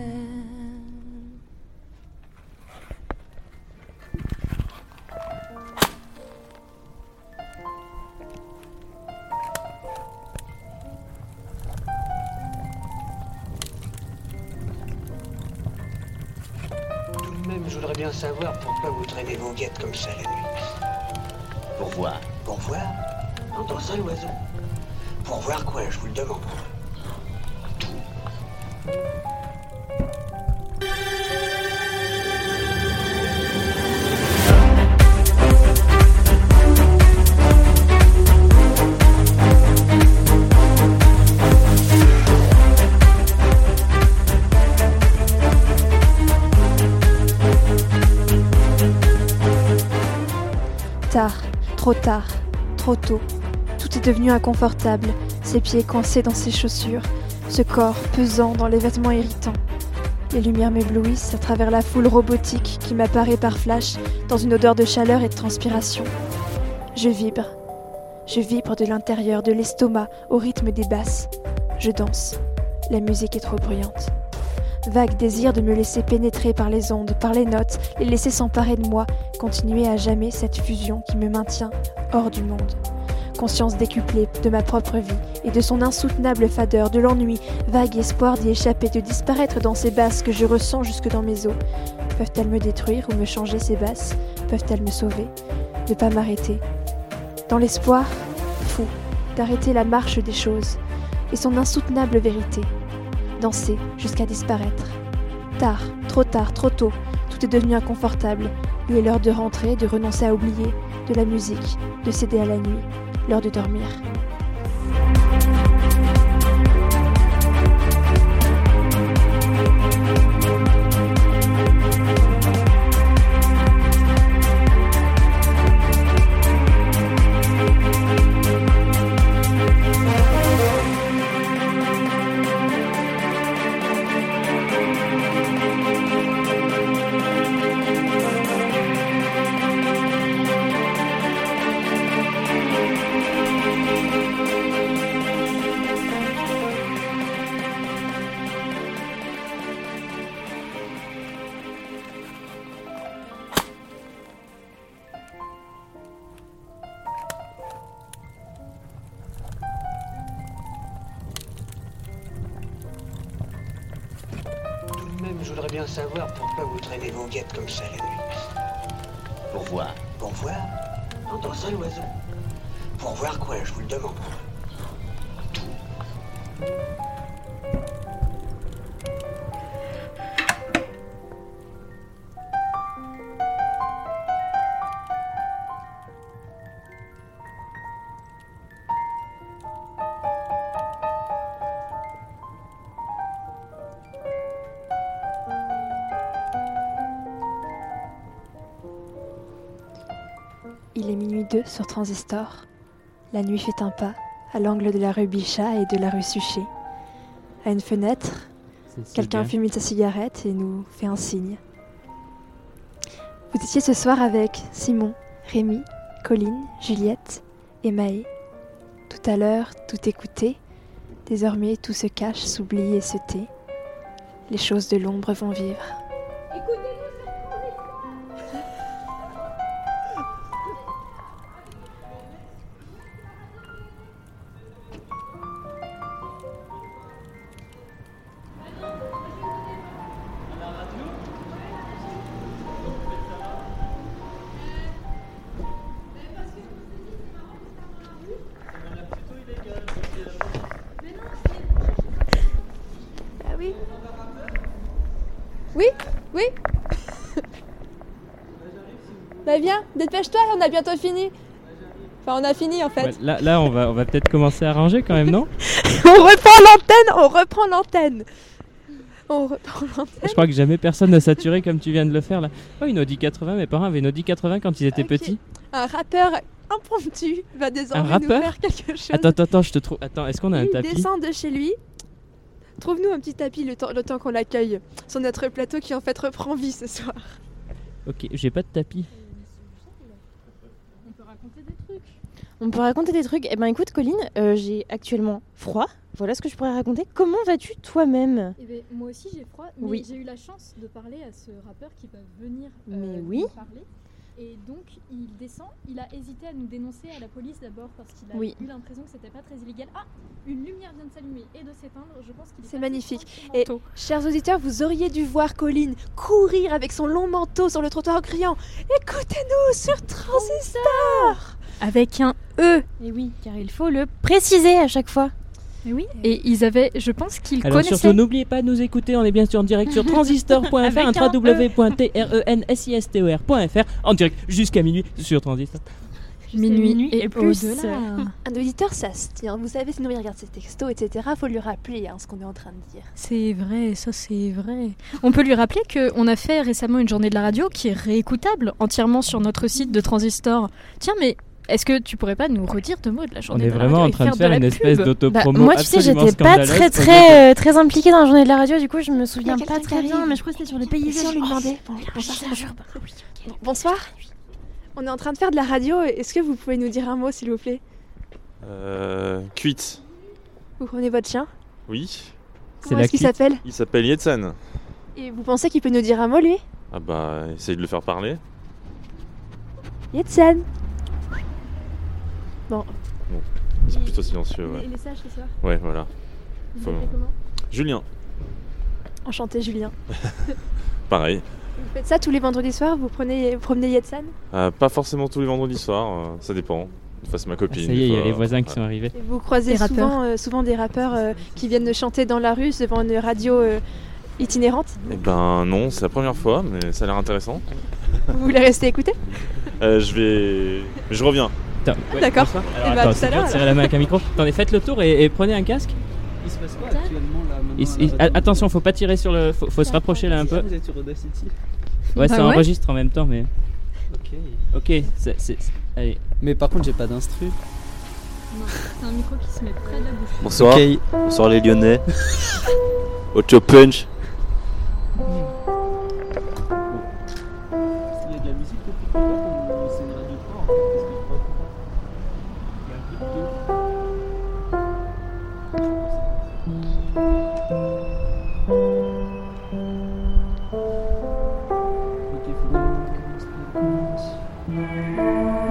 S11: Tout de même, je voudrais bien savoir pourquoi vous traînez vos guettes comme ça la nuit.
S14: Pour voir.
S11: Pour voir? Entends ça, l'oiseau? Pour voir quoi, je vous le demande.
S3: Tard, trop tard, trop tôt. Tout est devenu inconfortable, ses pieds coincés dans ses chaussures, ce corps pesant dans les vêtements irritants. Les lumières m'éblouissent à travers la foule robotique qui m'apparaît par flash dans une odeur de chaleur et de transpiration. Je vibre. Je vibre de l'intérieur, de l'estomac, au rythme des basses. Je danse. La musique est trop bruyante. Vague désir de me laisser pénétrer par les ondes, par les notes, les laisser s'emparer de moi, continuer à jamais cette fusion qui me maintient hors du monde. Conscience décuplée de ma propre vie et de son insoutenable fadeur, de l'ennui, vague espoir d'y échapper, de disparaître dans ces basses que je ressens jusque dans mes os. Peuvent-elles me détruire ou me changer ces basses? Peuvent-elles me sauver? Ne pas m'arrêter. Dans l'espoir, fou, d'arrêter la marche des choses et son insoutenable vérité. Danser jusqu'à disparaître. Tard, trop tard, trop tôt, tout est devenu inconfortable. Il est l'heure de rentrer, de renoncer à oublier, de la musique, de céder à la nuit, l'heure de dormir.
S11: Je voudrais bien savoir pourquoi vous traînez vos guettes comme ça la nuit.
S14: Pour voir.
S11: Pour voir? Entends ça, l'oiseau? Pour voir quoi, je vous le demande.
S3: Il est minuit deux sur Transistor. La nuit fait un pas à l'angle de la rue Bichat et de la rue Suchet. À une fenêtre, quelqu'un fume sa cigarette et nous fait un signe. Vous étiez ce soir avec Simon, Rémi, Colline, Juliette et Maë. Tout à l'heure, tout écouté, Désormais, tout se cache, s'oublie et se tait. Les choses de l'ombre vont vivre. Ah oui. Oui, oui. Bah viens, dépêche-toi, on a bientôt fini. Enfin, on a fini en fait.
S8: Ouais, là, là, on va, on va peut-être commencer à ranger quand même, non?
S3: On reprend l'antenne, on reprend l'antenne. On reprend l'antenne.
S8: Je crois que jamais personne n'a saturé comme tu viens de le faire là. Oh, une Audi quatre-vingts, mes parents avaient une Audi quatre-vingts quand ils étaient
S3: Ok.
S8: petits.
S3: Un rappeur impromptu va
S8: Un
S3: désormais nous
S8: rappeur
S3: faire quelque chose.
S8: Attends, attends, attends, je te trouve. Attends, est-ce qu'on a un
S3: Il
S8: tapis?
S3: descend de chez lui. Trouve-nous un petit tapis le temps, le temps qu'on l'accueille sur notre plateau qui en fait reprend vie ce soir.
S8: Ok, j'ai pas de tapis.
S4: On peut raconter des trucs.
S5: On peut raconter des trucs. Eh ben écoute Colline, euh, j'ai actuellement froid. Voilà ce que je pourrais raconter. Comment vas-tu toi-même?
S4: Eh ben, moi aussi j'ai froid, mais
S5: Oui.
S4: j'ai eu la chance de parler à ce rappeur qui va venir euh,
S5: Mais
S4: nous
S5: oui.
S4: parler. Et donc il descend, il a hésité à nous dénoncer à la police d'abord parce qu'il a
S3: Oui.
S4: eu l'impression que c'était pas très illégal. Ah, une lumière vient de s'allumer et de s'éteindre, je pense qu'il est
S3: C'est
S4: passé
S3: magnifique.
S4: proche
S3: Et
S4: du manteau.
S3: chers auditeurs, vous auriez dû voir Colline courir avec son long manteau sur le trottoir en criant « Écoutez-nous sur Transistor !»
S4: Avec un E.
S5: Et oui, car il faut le préciser à chaque fois.
S4: Et oui. Et ils avaient, je pense qu'ils
S8: Alors
S4: connaissaient.
S8: surtout, n'oubliez pas de nous écouter, on est bien sûr en direct sur transistor point f r,
S4: Avec
S8: un
S4: un
S8: w w w point transistor point f r, en direct jusqu'à minuit sur Transistor.
S4: Minuit,
S3: minuit
S4: et,
S3: et
S4: plus.
S3: plus. Un auditeur, ça se tient. Vous savez, sinon il regarde ses textos, et cetera. Faut lui rappeler hein, ce qu'on est en train de dire.
S4: C'est vrai, ça c'est vrai. On peut lui rappeler qu'on a fait récemment une journée de la radio qui est réécoutable entièrement sur notre site de Transistor. Tiens, mais est-ce que tu pourrais pas nous redire deux mots de la
S8: On
S4: journée
S8: est
S4: de la
S8: vraiment
S4: radio
S8: en
S4: et
S8: train de
S4: faire
S8: faire
S4: la
S8: une
S4: pub
S8: espèce d'autopromo
S5: Bah, moi, tu sais,
S8: absolument
S5: j'étais pas
S8: scandaleuse.
S5: très
S8: On
S5: très euh, très impliquée dans la journée de la radio, du coup, je me souviens
S3: Il y a
S5: pas
S3: quelqu'un
S5: très
S3: qui
S5: bien,
S3: arrive.
S5: mais je crois que c'était sur les
S3: Et
S5: paysages.
S3: si on lui demandait
S5: Oh,
S3: Bonsoir. Bonsoir. On est en train de faire de la radio. Est-ce que vous pouvez nous dire un mot, s'il vous plaît?
S13: Euh, Cuite.
S3: Vous prenez votre chien?
S13: Oui.
S3: Comment est-ce qu'il s'appelle?
S13: Il s'appelle Yetsan.
S3: Et vous pensez qu'il peut nous dire un mot, lui?
S13: Ah bah, essaye de le faire parler.
S3: Yetsan. Bon.
S13: Bon, c'est plutôt silencieux, ouais.
S3: Il est sage ce soir?
S13: Ouais, voilà.
S3: Vous
S13: Faut-
S3: l'appelez comment?
S13: Julien.
S3: Enchanté, Julien.
S13: Pareil.
S3: Vous faites ça tous les vendredis soirs? Vous prenez, vous promenez Yetsan?
S13: Euh, pas forcément tous les vendredis soirs, euh, ça dépend. Des fois c'est ma copine.
S8: Ça y est,
S13: des
S8: il y a
S13: fois,
S8: les voisins qui
S13: ouais.
S8: sont arrivés.
S3: Et vous croisez
S4: Des rappeurs.
S3: souvent, euh, souvent des rappeurs euh, qui viennent chanter dans la rue devant une radio euh, itinérante?
S13: Eh ben non, c'est la première fois, mais ça a l'air intéressant.
S3: Vous voulez rester écouter?
S13: Euh, je vais... Je reviens.
S8: Attends,
S3: Ah, d'accord.
S8: bonsoir.
S3: Eh
S8: Alors
S3: bah,
S8: attends,
S3: tout à
S8: c'est dur
S3: l'heure,
S8: de serrer
S3: alors.
S8: la main avec un micro. Attendez, faites le tour et, et prenez un casque.
S15: Il se passe quoi actuellement là maintenant,
S8: Il-
S15: à la
S8: il-
S15: radio
S8: attention, faut pas tirer sur le. Faut, faut se rapprocher là un peu.
S15: Vous êtes sur Audacity.
S8: Ouais,
S15: Bah
S8: ça
S15: ouais.
S8: enregistre en même temps, mais.
S15: Ok.
S8: Ok, c'est. c'est- c'est- Allez.
S15: Mais par contre, j'ai pas d'instru.
S4: Non, c'est un micro qui se met près de la bouche.
S20: Bonsoir.
S15: Ok.
S20: Bonsoir les Lyonnais. Ocho Punch.
S15: Il y a de la musique depuis tout à l'heure ou c'est une radio fort en fait, parce que je crois qu'il y a un clip de- Ok, faut qu'on commence, qu'on commence.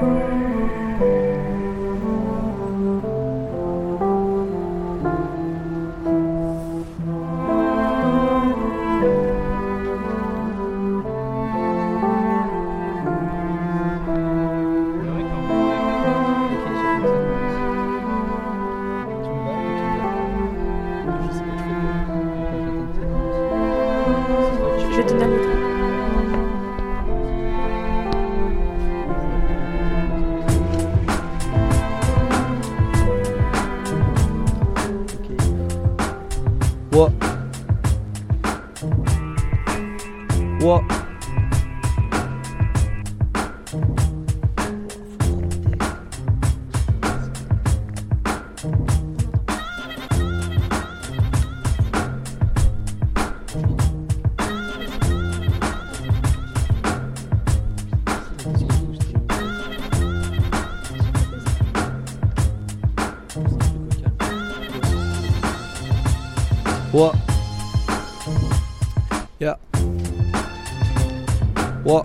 S3: Je vais te donner un micro.
S15: What? What?
S1: What? Yeah. What?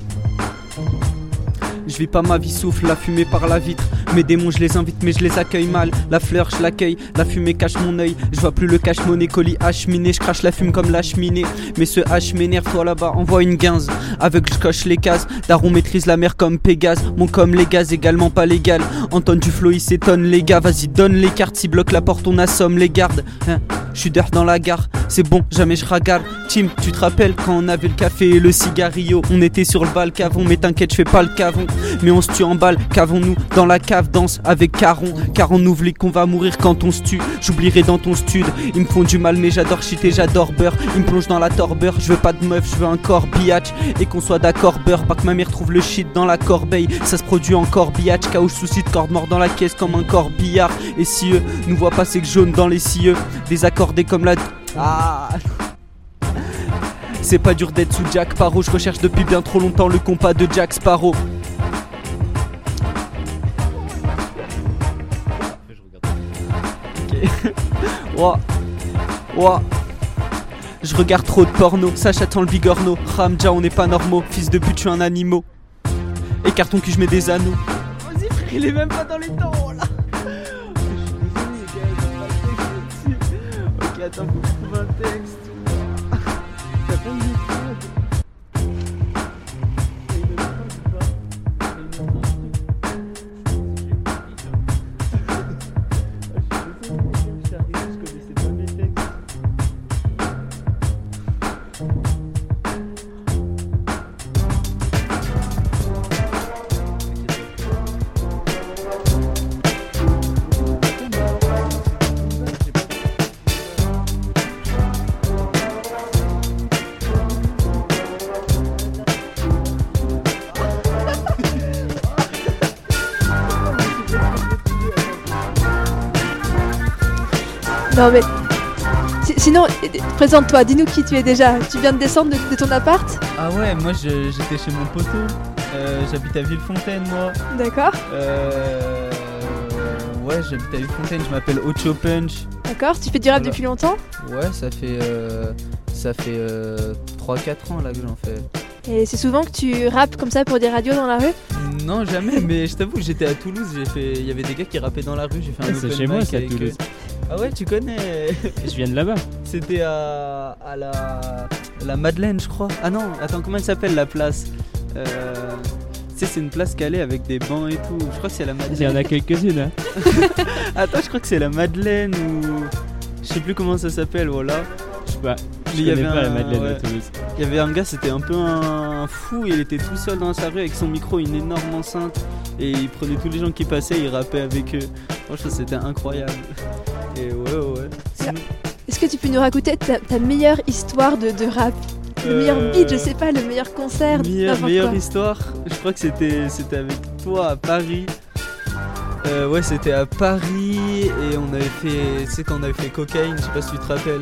S1: Je vis pas ma vie, souffle la fumée par la vitre. Mes démons je les invite mais je les accueille mal. La fleur je l'accueille, la fumée cache mon œil. Je vois plus le cache-monnaie, colis acheminé. Je crache la fume comme la cheminée. Mais ce H m'énerve, toi là-bas envoie une guinze. Avec je coche les cases, Daron maîtrise la mer comme Pégase. Mon com les gaz également pas légal. Antoine Duflo il s'étonne les gars. Vas-y donne les cartes, si bloque la porte on assomme les gardes hein. Je suis d'heure dans la gare, c'est bon jamais je ragarde. Tim tu te rappelles quand on avait le café et le cigarillo. On était sur le bal cavon, mais t'inquiète je fais pas le cavon. Mais on se tue en balle, qu'avons-nous dans la cave, danse avec Caron. Car on oublie qu'on va mourir quand on se tue. J'oublierai dans ton stud, ils me font du mal mais j'adore shit et j'adore beurre. Ils me plongent dans la torbeur, je veux pas de meuf, je veux un corps biatch. Et qu'on soit d'accord beurre, pas que ma mère trouve le shit dans la corbeille. Ça se produit encore biatch, caouche souci de corde mort dans la caisse comme un corps billard. Et si eux nous voient passer que jaune dans les cieux, désaccordés comme la... Ah. C'est pas dur d'être sous Jack Sparrow, je recherche depuis bien trop longtemps le compas de Jack Sparrow. Ouah, ouah. Je regarde trop de porno, ça j'attends le bigorneau. Ramja on n'est pas normaux, fils de pute je suis un animal. Écarte ton cul je mets des anneaux. Vas-y frère il est même pas dans les temps là. Ok attends faut que je trouve un texte. T'as pas une méthode.
S3: Non mais... Si- sinon, euh, présente-toi, dis-nous qui tu es déjà. Tu viens de descendre de, de ton appart?
S1: Ah ouais, moi je- j'étais chez mon poteau. Euh, j'habite à Villefontaine moi.
S3: D'accord.
S1: Euh... Ouais, j'habite à Villefontaine, je m'appelle Ocho Punch.
S3: D'accord, tu fais du rap
S1: Voilà.
S3: depuis longtemps?
S1: Ouais, ça fait euh, ça fait euh, trois quatre ans là que j'en fais.
S3: Et c'est souvent que tu rappes comme ça pour des radios dans la rue?
S1: Non, jamais, mais je t'avoue, j'étais à Toulouse, j'ai fait il y avait des gars qui rappaient dans la rue, j'ai fait un
S8: C'est
S1: open
S8: chez moi,
S1: mic
S8: c'est à
S1: avec
S8: Toulouse.
S1: eux. Ah ouais, tu connais.
S8: Je viens de là-bas.
S1: C'était à, à la la Madeleine, je crois. Ah non, attends, comment elle s'appelle la place? Euh, tu sais, c'est une place calée avec des bancs et tout. Je crois que c'est la Madeleine.
S8: Il y en a quelques-unes. Hein.
S1: Attends, je crois que c'est la Madeleine ou je sais plus comment ça s'appelle, voilà.
S8: Je sais pas. Je
S1: Mais il y
S8: connais
S1: avait
S8: pas la
S1: un-
S8: Madeleine
S1: ouais.
S8: à Toulouse.
S1: Il y avait un gars, c'était un peu un fou, il était tout seul dans sa rue avec son micro, une énorme enceinte, et il prenait tous les gens qui passaient, il rappait avec eux. Franchement, c'était incroyable. Et ouais, ouais.
S3: Ça- Est-ce que tu peux nous raconter ta, ta meilleure histoire de, de rap? Le
S1: Euh,
S3: meilleur beat, je sais pas, le meilleur concert,
S1: Meilleure,
S3: n'importe
S1: meilleure
S3: quoi.
S1: histoire, je crois que c'était c'était avec toi à Paris. Euh, ouais, c'était à Paris et on avait fait, tu sais quand on avait fait Cocaine, je sais pas si tu te rappelles.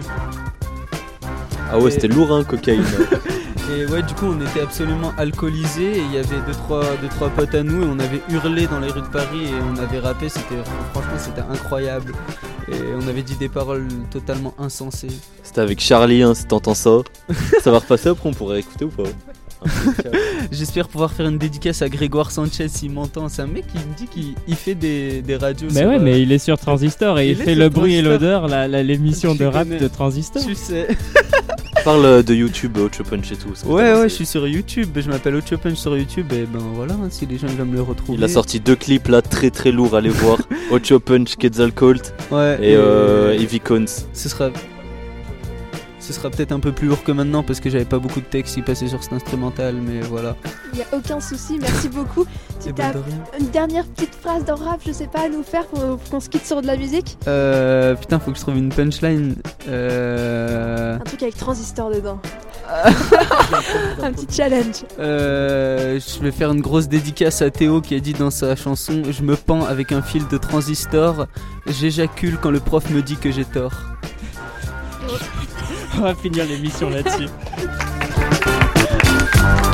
S20: Ah ouais,
S1: Et-
S20: c'était lourd, hein, cocaïne.
S1: Et ouais, du coup, on était absolument alcoolisés et il y avait deux trois, deux, trois potes à nous et on avait hurlé dans les rues de Paris et on avait rappé, c'était, franchement, c'était incroyable. Et on avait dit des paroles totalement insensées.
S20: C'était avec Charlie, hein, si t'entends ça. Ça va repasser après, on pourrait écouter ou pas?
S1: J'espère pouvoir faire une dédicace à Grégoire Sanchez s'il m'entend. C'est un mec qui me dit qu'il il fait des, des radios.
S8: Mais
S1: sur,
S8: ouais,
S1: euh,
S8: mais il est sur Transistor et il,
S1: il est
S8: fait
S1: sur
S8: le bruit et
S1: Transistor.
S8: l'odeur, la- la- l'émission
S1: Tu
S8: de rap
S1: connais.
S8: de Transistor.
S1: Tu sais.
S20: Parle de YouTube, Ocho Punch et tout. ça
S1: Ouais,
S20: fait
S1: ouais, je suis sur YouTube. Je m'appelle Ocho Punch sur YouTube. Et ben voilà, hein, si les gens ils veulent me le retrouver.
S20: Il a sorti deux clips là très très lourds, allez voir. Ocho Punch, Quetzalcoatl
S1: Ouais,
S20: et,
S1: et-
S20: euh, Heavy Cones.
S1: Ce sera. Ce sera peut-être un peu plus lourd que maintenant parce que j'avais pas beaucoup de texte qui passaient sur cet instrumental, mais voilà.
S3: Il y a aucun souci, merci beaucoup. Tu
S1: Eh
S3: t'as
S1: ben, de rien.
S3: une dernière petite phrase dans rap, je sais pas, à nous faire pour, pour qu'on se quitte sur de la musique?
S1: Euh. Putain, faut que je trouve une punchline. Euh.
S3: Un truc avec transistor dedans. Un petit challenge.
S1: Euh, je vais faire une grosse dédicace à Théo qui a dit dans sa chanson: je me pends avec un fil de transistor, j'éjacule quand le prof me dit que j'ai tort.
S8: On va finir l'émission là-dessus.